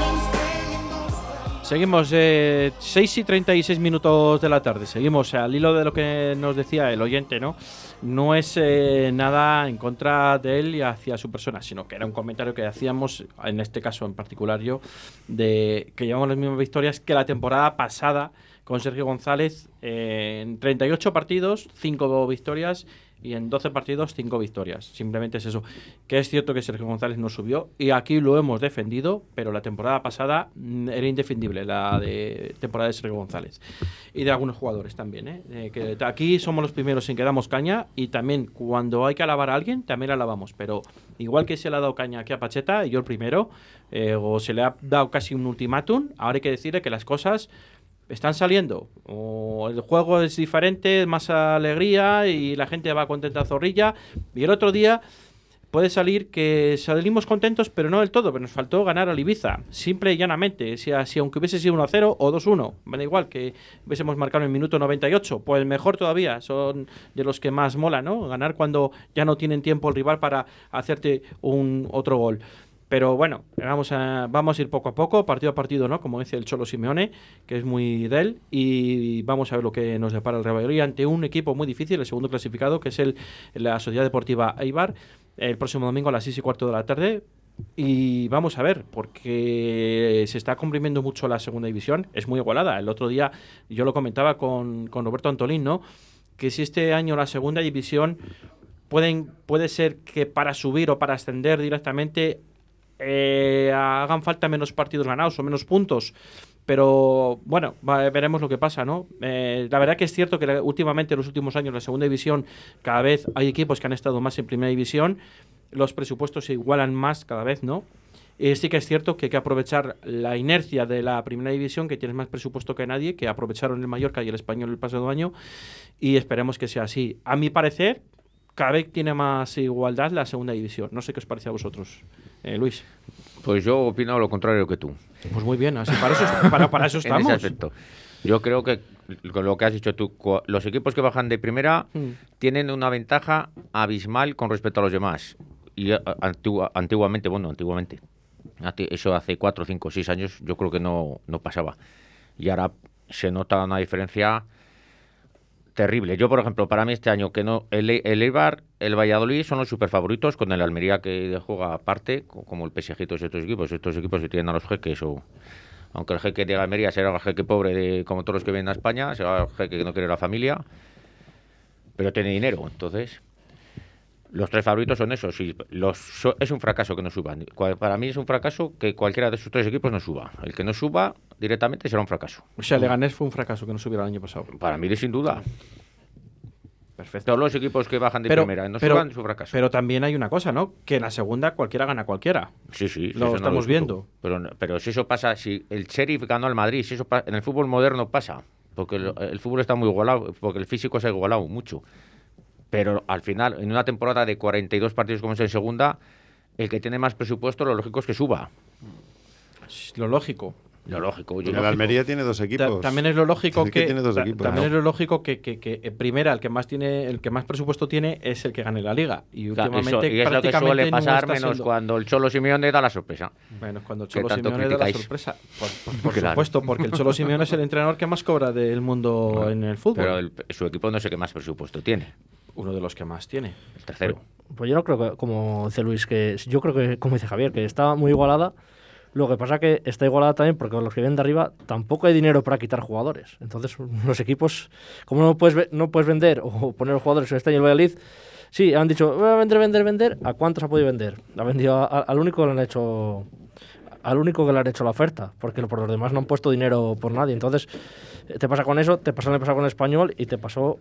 Seguimos, 6 y 36 minutos de la tarde. Seguimos al hilo de lo que nos decía el oyente, ¿no? No es nada en contra de él y hacia su persona, sino que era un comentario que hacíamos, en este caso en particular yo, de que llevamos las mismas victorias que la temporada pasada con Sergio González, en 38 partidos, 5 victorias, y en 12 partidos 5 victorias. Simplemente es eso, que es cierto que Sergio González no subió y aquí lo hemos defendido, pero la temporada pasada era indefendible, la de temporada de Sergio González y de algunos jugadores también, que aquí somos los primeros en que damos caña, y también cuando hay que alabar a alguien también la alabamos, pero igual que se le ha dado caña aquí a Pacheta, y yo el primero, o se le ha dado casi un ultimátum, ahora hay que decirle que las cosas están saliendo, o el juego es diferente, más alegría y la gente va contenta a zorrilla, y el otro día puede salir que salimos contentos pero no del todo, pero nos faltó ganar al Ibiza, simple y llanamente. Si aunque hubiese sido 1-0 o 2-1, me da igual que hubiésemos marcado en el minuto 98, pues mejor todavía, son de los que más mola, ¿no? Ganar cuando ya no tienen tiempo el rival para hacerte otro gol. Pero bueno, vamos a ir poco a poco, partido a partido, ¿no? Como dice el Cholo Simeone, que es muy de él, y vamos a ver lo que nos depara el Real Valladolid ante un equipo muy difícil, el segundo clasificado, que es la Sociedad Deportiva Eibar, el próximo domingo a las 6:15 de la tarde. Y vamos a ver, porque se está comprimiendo mucho la segunda división, es muy igualada. El otro día yo lo comentaba con Roberto Antolín, ¿no? Que si este año la segunda división puede ser que para subir o para ascender directamente hagan falta menos partidos ganados o menos puntos, pero bueno, veremos lo que pasa, ¿no? La verdad que es cierto que últimamente, en los últimos años, en la segunda división cada vez hay equipos que han estado más en primera división, los presupuestos se igualan más cada vez, ¿no? Sí que es cierto que hay que aprovechar la inercia de la primera división, que tienes más presupuesto que nadie, que aprovecharon el Mallorca y el Español el pasado año, y esperemos que sea así. A mi parecer, cada vez tiene más igualdad la segunda división. No sé qué os parece a vosotros, Luis. Pues yo opino lo contrario que tú. Pues muy bien, así para eso estamos. En ese aspecto. Yo creo que, con lo que has dicho tú, los equipos que bajan de primera tienen una ventaja abismal con respecto a los demás. Y antiguamente, eso hace 4, 5, 6 años yo creo que no pasaba. Y ahora se nota una diferencia terrible. Yo, por ejemplo, para mí este año, que no el Eibar, el Valladolid son los superfavoritos, con el Almería que juega aparte, como el PSG y todos estos equipos que tienen a los jeques, aunque el jeque de Almería será el jeque pobre, como todos los que vienen a España, será el jeque que no quiere la familia, pero tiene dinero. Entonces, los 3 favoritos son esos. Es un fracaso que no suban. Para mí es un fracaso que cualquiera de esos 3 equipos no suba. El que no suba directamente será un fracaso. O sea, Leganés fue un fracaso que no subiera el año pasado. Para mí, sin duda. Perfecto. Todos los equipos que bajan de primera no suban, es un fracaso. Pero también hay una cosa, ¿no? Que en la segunda cualquiera gana a cualquiera. Sí. Lo estamos viendo. Pero si eso pasa, si el Sheriff ganó al Madrid, si eso en el fútbol moderno pasa, porque el fútbol está muy igualado, porque el físico se ha igualado mucho. Pero al final, en una temporada de 42 partidos como es en segunda, el que tiene más presupuesto, lo lógico es que suba. Lo lógico. Lo lógico. El Almería tiene 2 equipos. También es lo lógico que tiene 2 equipos. También es lo lógico que primera el que más presupuesto tiene es el que gane la liga y últimamente y es lo que suele pasar menos siendo... cuando el Cholo Simeone da la sorpresa. Bueno, cuando el Cholo Simeone da la sorpresa, por supuesto, porque el Cholo Simeone es el entrenador que más cobra del mundo en el fútbol. Pero su equipo no sé qué más presupuesto tiene. Uno de los que más tiene. El tercero. Pues yo no creo que, como dice Luis, que yo creo que, como dice Javier, que está muy igualada. Lo que pasa que está igualada también porque los que vienen de arriba tampoco hay dinero para quitar jugadores. Entonces, los equipos, como no puedes vender o poner jugadores en este año el Valladolid, sí, han dicho, voy a vender. ¿A cuántos ha podido vender? Ha vendido al único que le han hecho... Al único que le han hecho la oferta, porque por los demás no han puesto dinero por nadie. Entonces, te pasa con eso, te pasó el año pasado con el Español y te pasó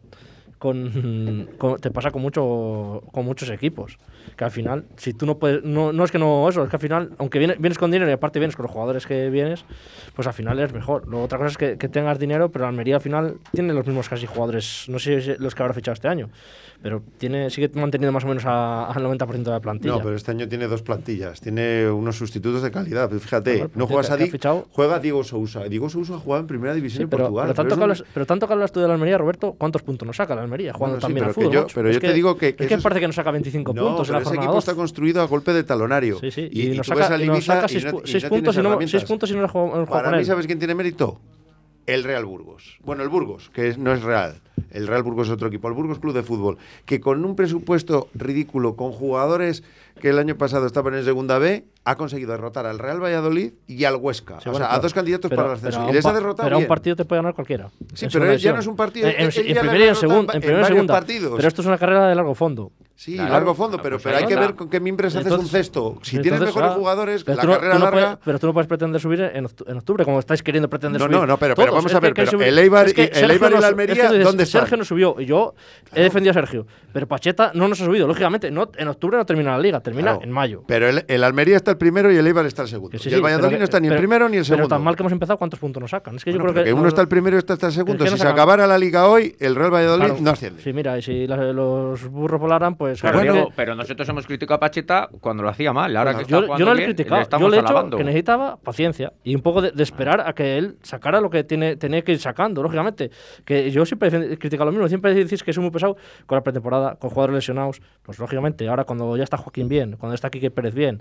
te pasa con muchos equipos, que al final, si tú no puedes, no es que no eso, es que al final, aunque vienes con dinero y aparte vienes con los jugadores que vienes, pues al final es mejor. Luego otra cosa es que tengas dinero, pero Almería al final tiene los mismos casi jugadores, no sé si los que habrá fichado este año, pero sigue manteniendo más o menos al 90% de la plantilla. No, pero este año tiene 2 plantillas, tiene unos sustitutos de calidad. Pero fíjate, bueno, no juega Sadik, juega Diego Sousa. Diego Sousa ha jugado en primera división en Portugal. Pero tanto que hablas tú de la Almería, Roberto, ¿cuántos puntos nos saca la Almería? Jugando también al fútbol. Pero yo te digo que es que parece que nos saca 25 puntos en la jornada 2. Ese equipo está construido a golpe de talonario. Sí. Y nos saca 6 puntos y no juega con él. Para mí, ¿sabes quién tiene mérito? El Real Burgos. Bueno, el Burgos, que no es Real. El Real Burgos es otro equipo. El Burgos Club de Fútbol, que con un presupuesto ridículo, con jugadores que el año pasado estaban en Segunda B, ha conseguido derrotar al Real Valladolid y al Huesca. A 2 candidatos para el ascenso. Y les ha derrotado pero bien. Un partido te puede ganar cualquiera. Sí, pero ya no es un partido. En primera y en segunda. Partidos. Pero esto es una carrera de largo fondo. Sí, claro, largo fondo, pero hay que ver con qué mimbres haces un cesto. Si tienes mejores jugadores, la carrera larga... Pero tú no puedes pretender subir en octubre, como estáis queriendo pretender subir. No, pero vamos a ver, pero el Eibar y la Almería, ¿dónde están? Sergio no subió, y yo he defendido a Sergio, pero Pacheta no nos ha subido, lógicamente. En octubre no termina la liga, termina en mayo. Pero el Almería está el primero y el Eibar está el segundo. Y el Valladolid no está ni el primero ni el segundo. Pero tan mal que hemos empezado, ¿cuántos puntos nos sacan? Es que yo creo que uno está el primero y otro está el segundo. Si se acabara la liga hoy, el Real Valladolid no asciende. Sí, mira, y si los burros volaran, pues... Pero nosotros hemos criticado a Pacheta cuando lo hacía mal. Ahora que yo no le he bien, criticado. Yo le he dicho que necesitaba paciencia y un poco de esperar a que él sacara lo que tenía que ir sacando, lógicamente. Que yo siempre he criticado lo mismo. Siempre decís que soy muy pesado con la pretemporada, con jugadores lesionados. Pues lógicamente, ahora cuando ya está Joaquín bien, cuando está Quique Pérez bien,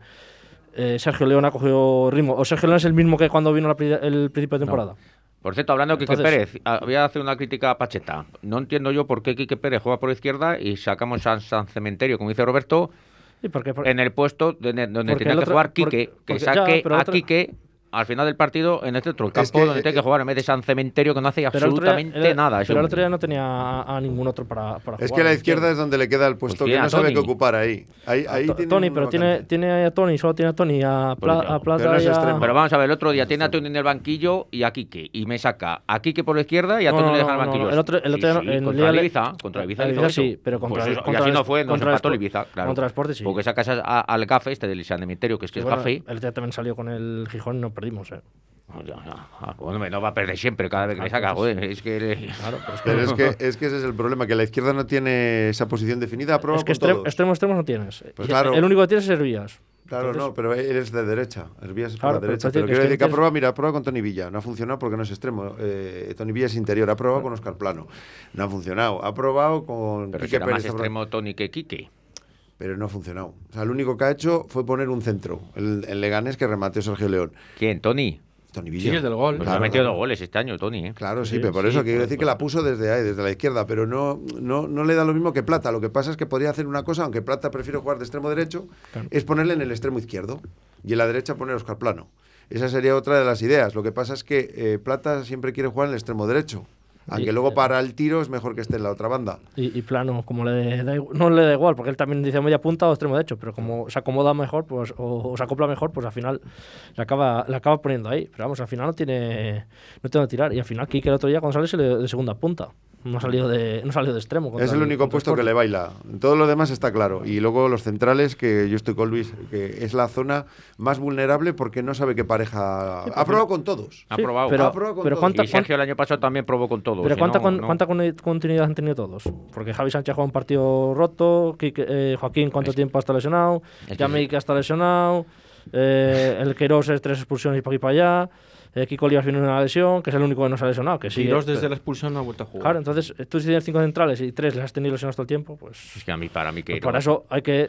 Sergio León ha cogido ritmo. O Sergio León es el mismo que cuando vino el principio de temporada. No. Por cierto, hablando de Quique Pérez, voy a hacer una crítica a Pacheta. No entiendo yo por qué Quique Pérez juega por izquierda y sacamos a San Cementerio, como dice Roberto, en el puesto donde tenía que jugar Quique, que saque a Quique al final del partido en el centro del campo, donde tiene que jugar en vez de San Cementerio, que no hace absolutamente nada. Pero el otro día no tenía a ningún otro para jugar. Es que la izquierda es donde le queda el puesto, que no sabe qué ocupar ahí. Tony, pero tiene a Tony, solo tiene a Tony, a Plata y a... Pero vamos a ver, el otro día tiene a Tony en el banquillo y a Quique, y me saca a Quique por la izquierda y a Tony le deja en el banquillo. El otro día contra Ibiza sí, pero contra y así no fue, nos empató el Ibiza, claro. Contra el Sporting sí. Porque sacas al Gafe, del San Cementerio, que es Gafe. El día también salió con el Gijón y no perdimos, Bueno, no va a perder siempre cada vez que le saca, joder. Es que... Claro, pero es que ese es el problema, que la izquierda no tiene esa posición definida. Es que extremos no tienes. Pues claro, el único que tienes es Hervías. Claro, entonces, no, pero eres de derecha. Hervías es por la derecha. Pero quiero decir que ha probado con Tony Villa. No ha funcionado porque no es extremo. Tony Villa es interior. Ha probado con Óscar Plano. No ha funcionado. Ha probado con Quique Pérez. Pero más extremo Tony que Quique. Pero no ha funcionado. O sea, lo único que ha hecho fue poner un centro. El Leganés que remateó Sergio León. ¿Quién? ¿Tony? Tony Villa. Sí, el del gol. Pues ha metido 2 goles este año, Tony. Claro, sí, pero por eso quiero decir que la puso desde ahí, desde la izquierda, pero no le da lo mismo que Plata. Lo que pasa es que podría hacer una cosa, aunque Plata prefiere jugar de extremo derecho, es ponerle en el extremo izquierdo y en la derecha poner a Óscar Plano. Esa sería otra de las ideas. Lo que pasa es que Plata siempre quiere jugar en el extremo derecho. Aunque luego para el tiro es mejor que esté en la otra banda. Y Plano, como no le da igual, porque él también dice media punta o extremo derecho, pero como se acomoda mejor, pues o se acopla mejor, pues al final le acaba poniendo ahí. Pero vamos, al final no tiene que tirar. Y al final Quique el otro día cuando sale de segunda punta. No salió de extremo. Es el único puesto que le baila. Todo lo demás está claro. Y luego los centrales, que yo estoy con Luis, que es la zona más vulnerable porque no sabe qué pareja... Ha probado con todos. Ha probado. Y Sergio el año pasado también probó con todos. Pero ¿cuánta continuidad han tenido todos? Porque Javi Sánchez ha jugado un partido roto, Joaquín cuánto tiempo ha estado lesionado, Yamik ha estado lesionado... El Queiroz es 3 expulsiones y para aquí para allá. Kiko Olivas viene una lesión, que es el único que no se ha lesionado. Que Queiroz desde la expulsión no ha vuelto a jugar. Claro, entonces tú si tienes 5 centrales y 3 les has tenido lesionados todo el tiempo, pues... Es que para mí Queiroz... Pues para eso hay que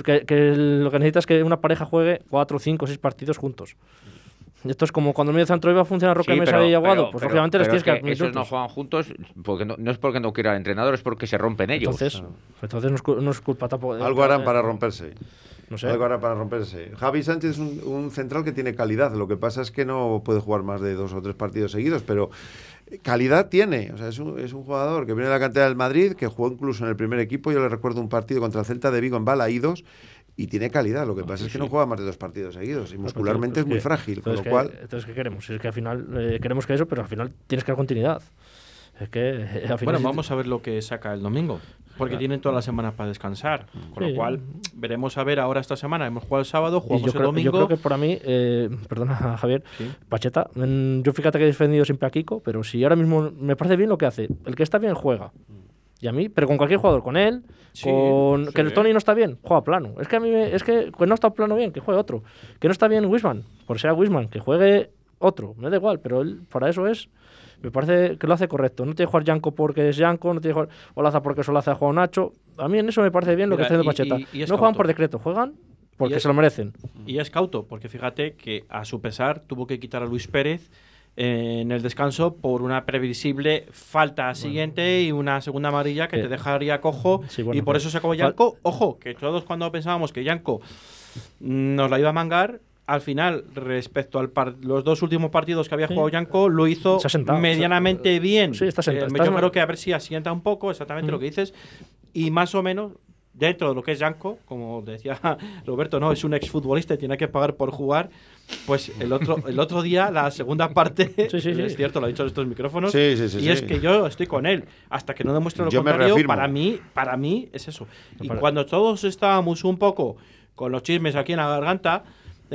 lo que necesitas es que una pareja juegue 4, 5, 6 partidos juntos. Y esto es como cuando el medio centro iba a funcionar Roque Mesa y Aguado, pues lógicamente les tienes que dar minutos. Esos no juegan juntos porque no es porque no quiera el entrenador, es porque se rompen ellos. Entonces no es culpa tampoco... Algo harán para romperse. No sé. Algo harán para romperse. Javi Sánchez es un central que tiene calidad. Lo que pasa es que no puede jugar más de 2 o 3 partidos seguidos, pero calidad tiene. O sea, es un jugador que viene de la cantera del Madrid, que jugó incluso en el primer equipo. Yo le recuerdo un partido contra el Celta de Vigo en Balaídos. Y tiene calidad, lo que pasa es que no juega más de 2 partidos seguidos y muscularmente es muy frágil, con lo cual... Entonces, ¿qué queremos? Es que al final queremos que eso, pero al final tienes que dar continuidad. Es que al final... Bueno, vamos a ver lo que saca el domingo, porque tienen toda la semana para descansar, con lo cual veremos a ver ahora esta semana. Hemos jugado el sábado, jugamos el domingo... Yo creo que para mí, perdona Javier, Pacheta, yo fíjate que he defendido siempre a Kiko, pero si ahora mismo me parece bien lo que hace, el que está bien juega. Y a mí, pero con cualquier jugador, con él, que el Tony no está bien, juega plano. Es que a mí no está plano bien, que juegue otro. Que no está bien Wisman, por ser Wisman, que juegue otro. Me da igual, pero él para eso me parece que lo hace correcto. No tiene que jugar Janko porque es Janko, no tiene que jugar Olaza porque Olaza ha jugado Nacho. A mí en eso me parece bien lo que está haciendo Pacheta. No juegan por decreto, juegan porque se lo merecen. Y es cauto, porque fíjate que a su pesar tuvo que quitar a Luis Pérez en el descanso por una previsible falta siguiente y una segunda amarilla que te dejaría cojo, y por eso sacó Janko. Ojo, que todos cuando pensábamos que Janko nos la iba a mangar, al final, respecto a los 2 últimos partidos que había jugado Janko, lo hizo medianamente bien. Sí, está sentado. Yo creo que a ver si asienta un poco exactamente lo que dices, y más o menos dentro de lo que es Janko, como decía Roberto, no es un exfutbolista y tiene que pagar por jugar. Pues el otro día, la segunda parte, es cierto, lo ha dicho en estos micrófonos, y es que yo estoy con él. Hasta que no demuestre lo contrario, para mí es eso. Y cuando todos estábamos un poco con los chismes aquí en la garganta,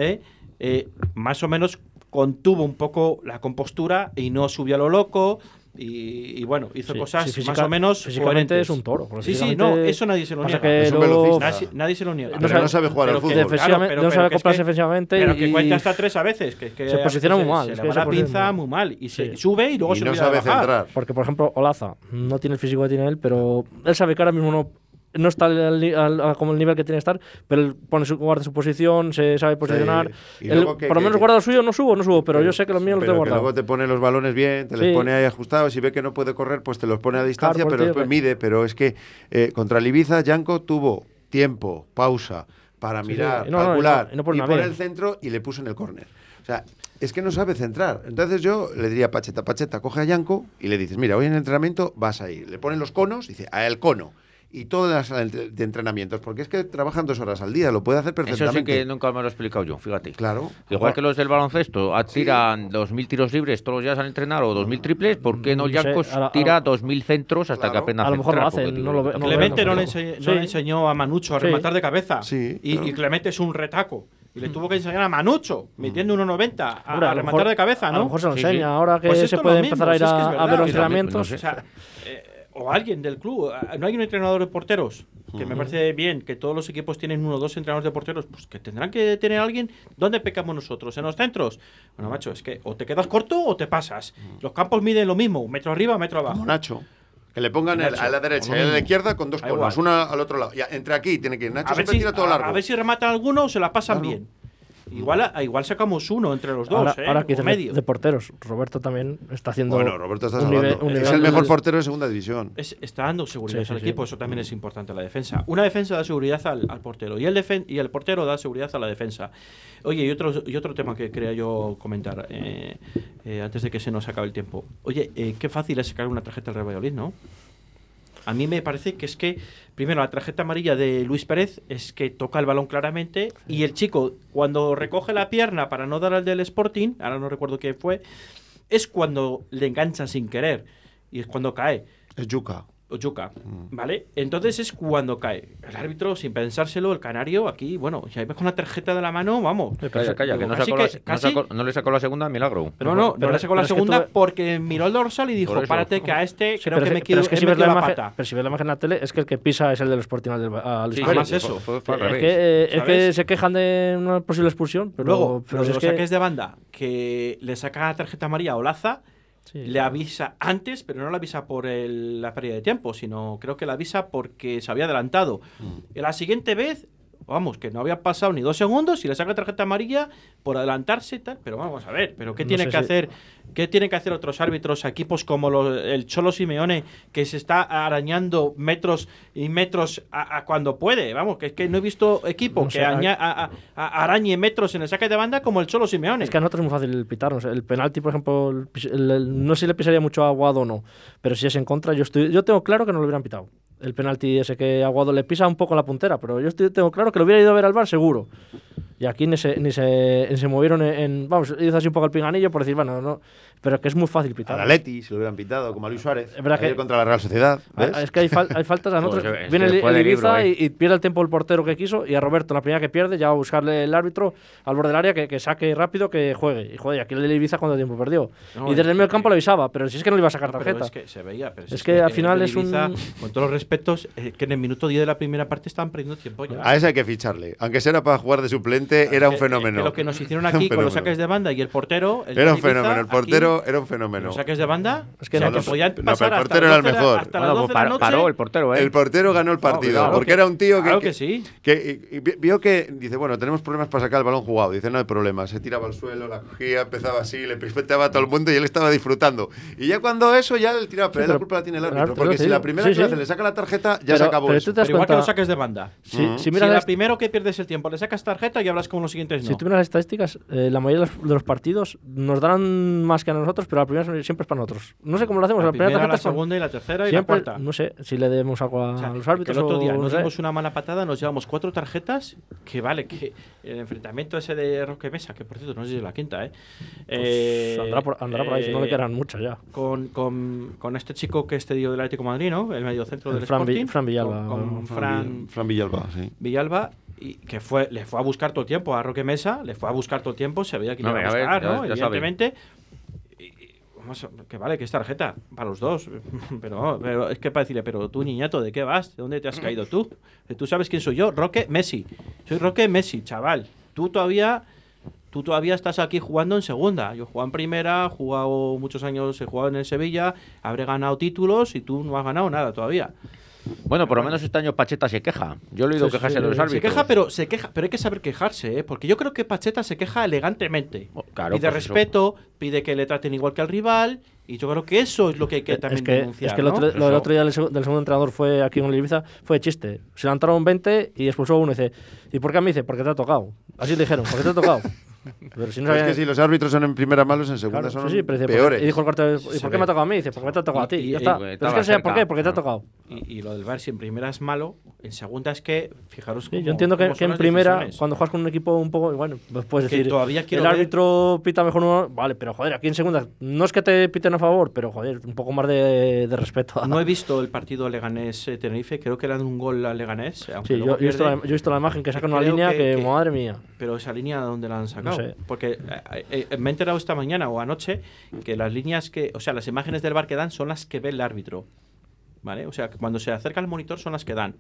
más o menos contuvo un poco la compostura y no subió a lo loco. Y bueno, hizo cosas más o menos físicamente coherentes. Es un toro. No, eso nadie se lo niega. Es un velocista. Nadie se lo niega. No sabe jugar al fútbol. No sabe acoplarse defensivamente. Pero que cuenta hasta 3 a veces. Que se posiciona muy mal. Se le va la pinza muy mal. Y se sube y luego se no sabe centrar. Porque, por ejemplo, Olaza no tiene el físico que tiene él, pero él sabe que ahora mismo no está como el nivel que tiene que estar, pero él guarda su posición, se sabe posicionar. Por lo menos guarda lo suyo, no subo, pero yo sé que los míos los tengo guardados. Luego te pone los balones bien, te los pone ahí ajustados, y ve que no puede correr, pues te los pone a distancia, pero después mide. Pero es que contra el Ibiza, Janko tuvo tiempo, pausa, para mirar, calcular, y pone el centro y le puso en el córner. O sea, es que no sabe centrar. Entonces yo le diría a Pacheta, coge a Janko y le dices, mira, hoy en el entrenamiento vas a ir. Le ponen los conos, dice, el cono. Y todas las salas de entrenamientos, porque es que trabajan 2 horas al día, lo puede hacer perfectamente. Eso sí que nunca me lo he explicado yo, fíjate. Claro. Igual que los del baloncesto tiran 2.000 tiros libres todos los días al entrenar o 2.000 triples, ¿por qué no Janko tira 2.000 centros hasta que apenas a lo mejor lo hacen, no lo ve. Clemente no le enseñó a Manucho a rematar de cabeza. Y Clemente es un retaco. Y le tuvo que enseñar a Manucho, metiendo 1.90 a rematar de cabeza, ¿no? A lo mejor se lo enseña ahora que se puede empezar a ir a ver los entrenamientos. O sea, o alguien del club. No hay un entrenador de porteros, que me parece bien que todos los equipos tienen 1 o 2 entrenadores de porteros, pues que tendrán que tener alguien. ¿Dónde pecamos nosotros? ¿En los centros? Bueno, macho, es que o te quedas corto o te pasas. Los campos miden lo mismo, 1 metro arriba, 1 metro abajo. Como Nacho. Que le pongan a la derecha y a la izquierda con 2 conos, una al otro lado. Ya, entre aquí tiene que ir. Nacho siempre tira todo largo. A ver si rematan alguno o se la pasan bien. Igual sacamos 1 entre los 2, ahora que de porteros, Roberto también está haciendo. Bueno, Roberto está salvando. Es el mejor portero de segunda división. Está dando seguridad al equipo, eso también es importante, la defensa. Una defensa da seguridad al portero y el portero da seguridad a la defensa. Oye, y otro tema que quería yo comentar antes de que se nos acabe el tiempo. Oye, qué fácil es sacar una tarjeta del Real Valladolid, ¿no? A mí me parece que es que, primero, la tarjeta amarilla de Luis Pérez es que toca el balón claramente y el chico, cuando recoge la pierna para no dar al del Sporting, ahora no recuerdo qué fue, es cuando le enganchan sin querer y es cuando cae. Es Yuka. Yuca, ¿vale? Entonces es cuando cae el árbitro, sin pensárselo, el canario, aquí, bueno, si hay con una tarjeta de la mano, vamos. Calla, que no le sacó la segunda, milagro. No le sacó la segunda porque miró el dorsal y dijo, párate que a este creo que me quiero meter la pata. Pero si ves la imagen en la tele, es que el que pisa es el del Sporting al sí, más eso. Fue al revés. Es que se quejan de una posible expulsión, pero luego, pero si los saques de banda, que le saca la tarjeta amarilla a Olaza, le avisa antes, pero no le avisa por la pérdida de tiempo, sino creo que le avisa porque se había adelantado. Y la siguiente vez, vamos, que no había pasado ni 2 segundos y le saca tarjeta amarilla por adelantarse y tal. Pero vamos a ver, pero ¿qué tienen que hacer? ¿Qué tienen que hacer otros árbitros, equipos como el Cholo Simeone, que se está arañando metros y metros a cuando puede? Vamos, que es que no he visto equipo que arañe metros en el saque de banda como el Cholo Simeone. Es que a nosotros es muy fácil pitarnos. El penalti, por ejemplo, no sé si le pisaría mucho a Aguado o no, pero si es en contra, yo tengo claro que no lo hubieran pitado. El penalti ese que Aguado le pisa un poco en la puntera, pero yo tengo claro que lo hubiera ido a ver al VAR seguro. Y aquí ni se movieron vamos, hizo así un poco el pinganillo por decir, bueno, no, pero que es muy fácil pitar. Al Atleti se lo hubieran pitado, como a Luis Suárez. Es verdad que contra la Real Sociedad. ¿Ves? Es que hay faltas a nosotros. Viene el Ibiza y pierde el tiempo el portero que quiso, y a Roberto, la primera que pierde, ya va a buscarle el árbitro al borde del área que saque rápido, que juegue. Y joder, aquí el Ibiza cuánto tiempo perdió. Y desde el medio campo lo avisaba, pero si es que no le iba a sacar tarjeta. Pero es que se veía. Pero es que al final es Ibiza, con todos los respetos, que en el minuto 10 de la primera parte estaban perdiendo tiempo ya. A ese hay que ficharle. Aunque sea para jugar de suplente, era un fenómeno. Que lo que nos hicieron aquí con los saques de banda y el portero. Era un fenómeno. El portero era un fenómeno. Los saques de banda. Es que no, que podían pasar el portero era el mejor. Hasta las 12 de la noche. Paró el portero, El portero ganó el partido. Claro porque era un tío que sí. Que vio que dice, bueno, tenemos problemas para sacar el balón jugado. Dice, no hay problema. Se tiraba al suelo, la cogía, empezaba así, le pispeteaba a todo el mundo y él estaba disfrutando. Y ya cuando eso, ya le tiraba. Pero la culpa la tiene el árbitro. Porque si la primera clase le saca la tarjeta, ya se acabó eso. Pero igual que los saques de banda. Si la primero que pierdes el tiempo le sacas tarjeta y hablas con los siguientes no. Si tú miras las estadísticas, la mayoría de los partidos nos darán más que a nosotros, pero la primera siempre es para nosotros. No sé cómo lo hacemos. La primera, la segunda y la tercera y la cuarta. No sé si le demos algo a los árbitros. El otro día nos dimos una mala patada, nos llevamos 4 tarjetas, que vale, que el enfrentamiento ese de Roque Mesa, que por cierto no sé si es la quinta, andará por ahí, si no le quedan muchas ya. Con este chico que es cedido del Atlético de Madrid, ¿no? El mediocentro del Sporting. Fran Villalba. Con Fran Villalba, sí. Villalba. Y que le fue a buscar todo el tiempo a Roque Mesa, le fue a buscar todo el tiempo, se veía que iba a buscar, ¿no? Evidentemente. Que vale, que es tarjeta para los dos. Pero es que para decirle, pero tú, niñato, ¿de qué vas? ¿De dónde te has caído tú? ¿Tú sabes quién soy yo? Roque Messi. Soy Roque Messi, chaval. Tú todavía estás aquí jugando en segunda. Yo he jugado en primera, he jugado muchos años, he jugado en el Sevilla, habré ganado títulos y tú no has ganado nada todavía. Bueno, por lo menos este año Pacheta se queja. Yo he oído quejarse de los árbitros. Se queja, pero hay que saber quejarse, ¿eh? Porque yo creo que Pacheta se queja elegantemente. Claro, pide respeto, pide que le traten igual que al rival, y yo creo que eso es lo que hay que también denunciar. Es que lo del otro día del segundo entrenador fue aquí en Ibiza, fue de chiste. Se levantaron 20 y expulsó uno y dice, ¿y por qué a mí? Dice, porque te ha tocado. Así le dijeron, porque te ha tocado. Pero si no es que si los árbitros son en primera malos, en segunda son peores. Y dijo el cuarto, ¿y por qué me ha tocado a mí? Dice, porque me te ha tocado a ti. Y ya está. Pero es que sea por qué, porque te ha tocado. Y lo del VAR, si en primera es malo, en segunda es que, fijaros yo entiendo que en primera, cuando juegas con un equipo un poco, bueno, pues puedes decir, el árbitro pita mejor uno, vale, pero joder, aquí en segunda, no es que te piten a favor, pero joder, un poco más de respeto. No he visto el partido Leganés-Tenerife, creo que le dan un gol a Leganés. Sí, yo he visto la imagen que sacan una línea que, madre mía. Pero esa línea, ¿dónde la han sacado? No sé. Porque me he enterado esta mañana o anoche que las líneas las imágenes del VAR que dan son las que ve el árbitro, ¿vale? O sea, cuando se acerca al monitor son las que dan.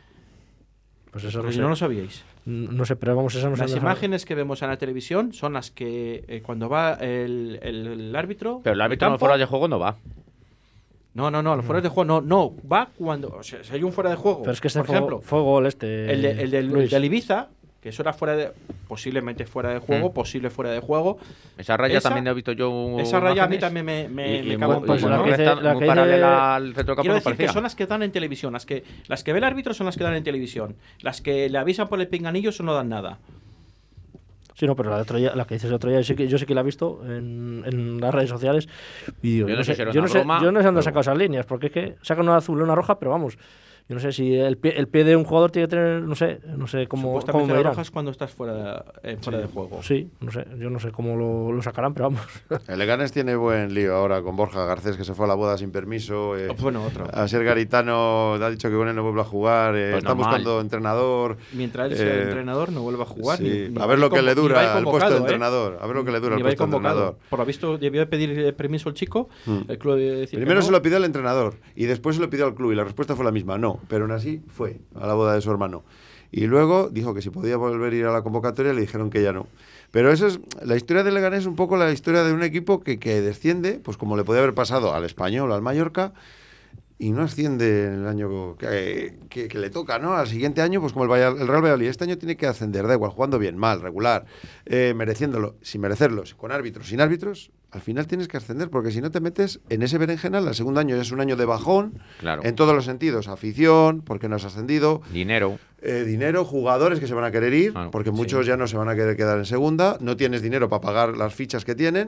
Pues eso no lo sabíais. No sé, pero vamos, eso no las imágenes que vemos en la televisión son las que cuando va el árbitro. Pero el árbitro en fuera de juego no va. No, los fuera de juego no va cuando, o sea, si hay un fuera de juego. Pero es que por ejemplo, el del Ibiza, que eso era posiblemente fuera de juego, posible fuera de juego. Esa raya también he visto yo. Esa raya a mí también me cago un poco. Muy paralela al centrocampo. Quiero decir que son las que dan en televisión. Las que ve el árbitro son las que dan en televisión. Las que le avisan por el pinganillo, eso no dan nada. Sí, no, pero la que dices el otro día, yo sí que la he visto en las redes sociales. Y digo, yo no sé dónde han sacado esas líneas, porque es que sacan una azul y una roja, pero vamos. Yo no sé si el pie de un jugador tiene que tener, no sé cómo Supuestamente me la dirán. roja es cuando estás fuera de juego. Sí, no sé, yo no sé cómo lo sacarán, pero vamos. El Leganés tiene buen lío ahora con Borja Garcés, que se fue a la boda sin permiso. Bueno, otro. A Ser Garitano ha dicho que no vuelve a jugar. Pues está buscando entrenador. Mientras él sea entrenador, no vuelve a jugar. Sí. Ni A ver lo que le dura el puesto de ¿eh? entrenador. A ver lo que le dura el puesto de entrenador. Por lo visto, debió pedir permiso el chico. El club decir Primero no. se lo pidió al entrenador y después se lo pidió al club y la respuesta fue la misma, no. Pero aún así fue a la boda de su hermano. Y luego dijo que si podía volver a ir a la convocatoria, le dijeron que ya no. Pero eso es la historia del Leganés, es un poco la historia de un equipo que desciende, pues como le podía haber pasado al Español, al Mallorca, y no asciende en el año que le toca, ¿no? Al siguiente año, pues como el Real Valladolid, este año tiene que ascender, da igual, jugando bien, mal, regular, mereciéndolo, sin merecerlo, con árbitros, sin árbitros, al final tienes que ascender, porque si no te metes en ese berenjenal, el segundo año es un año de bajón, Claro. en todos los sentidos, afición, porque no has ascendido, Dinero. dinero, jugadores que se van a querer ir, porque muchos ya no se van a querer quedar en segunda, no tienes dinero para pagar las fichas que tienen,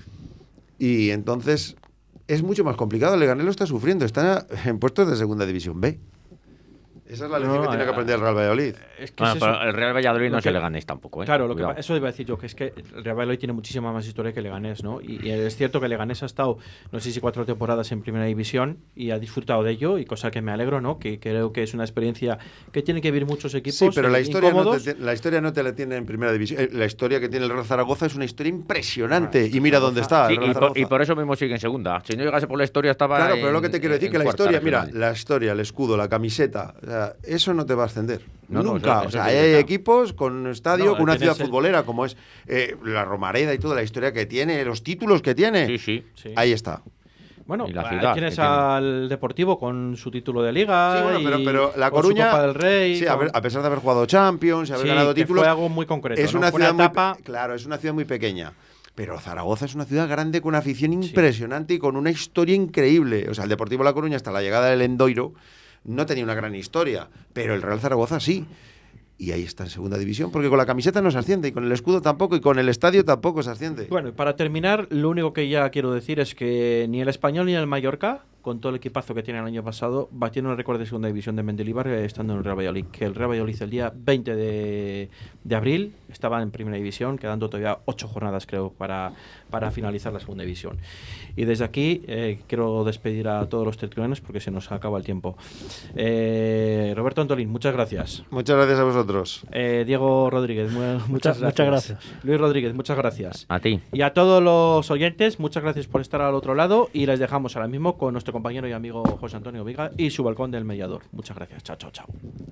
y entonces es mucho más complicado. El Leganés lo está sufriendo, está en puestos de segunda división B. Esa es la lección que tiene que aprender el Real Valladolid. Es que Pero el Real Valladolid no se le Leganés tampoco, ¿eh? Claro, Cuidado. eso iba a decir yo, que es que el Real Valladolid tiene muchísima más historia que el Leganés, ¿no? Y es cierto que el Leganés ha estado, no sé si 4 temporadas en Primera División y ha disfrutado de ello, y cosa que me alegro, ¿no? Que creo que es una experiencia que tienen que vivir muchos equipos. Sí, pero la historia incómodos. no te la tiene en Primera División. La historia que tiene el Real Zaragoza es una historia impresionante. Y mira dónde está. Sí, el Real Zaragoza. y por eso mismo sigue en segunda. Si no llegase por la historia estaba Claro, pero lo que te quiero decir, que la cuarta historia, mira, regional. la historia, el escudo, la camiseta, o sea, eso no te va a ascender. No, Nunca. eso O sea, sí que hay está. equipos con un estadio, No, con una ciudad tienes futbolera, como es la Romareda y toda la historia que tiene, los títulos que tiene. Sí. Ahí está. Bueno, Y la ahí ciudad, tienes que tiene. al Deportivo con su título de Liga. Sí, bueno, y pero La con su Coruña, Copa del Rey. sí, con- a pesar de haber jugado Champions y haber ganado que títulos, fue algo muy concreto. es ¿no? una Fue ciudad etapa. claro, es una ciudad muy pequeña. Pero Zaragoza es una ciudad grande con una afición impresionante y con una historia increíble. O sea, el Deportivo La Coruña hasta la llegada del Endoiro no tenía una gran historia, pero el Real Zaragoza sí. Y ahí está en segunda división, porque con la camiseta no se asciende, y con el escudo tampoco, y con el estadio tampoco se asciende. Bueno, y para terminar, lo único que ya quiero decir es que ni el Español ni el Mallorca, con todo el equipazo que tiene el año pasado, batieron el récord de segunda división de Mendilibar estando en el Real Valladolid. Que el Real Valladolid el día 20 de abril estaba en primera división, quedando todavía 8 jornadas, creo, para finalizar la segunda división. Y desde aquí quiero despedir a todos los tertulianos porque se nos acaba el tiempo. Roberto Antolín, muchas gracias. Muchas gracias a vosotros. Diego Rodríguez, muchas gracias. Muchas gracias. Luis Rodríguez, muchas gracias. A ti. Y a todos los oyentes, muchas gracias por estar al otro lado, y les dejamos ahora mismo con nuestro compañero y amigo José Antonio Viga y su balcón del mediador. Muchas gracias. Chao, chao, chao.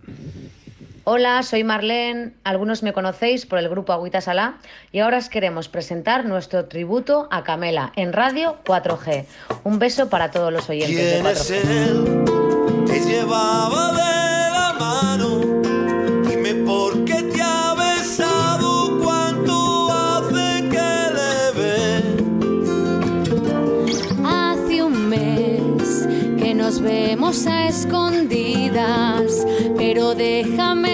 Hola, soy Marlene, algunos me conocéis por el grupo Agüita Salá y ahora os queremos presentar nuestro tributo a Camela en Radio 4G. Un beso para todos los oyentes de ¿Quién es 4G. él que llevaba de la mano? Dime por qué te ha besado, cuánto hace que le ves. Hace un mes que nos vemos a escondidas, pero déjame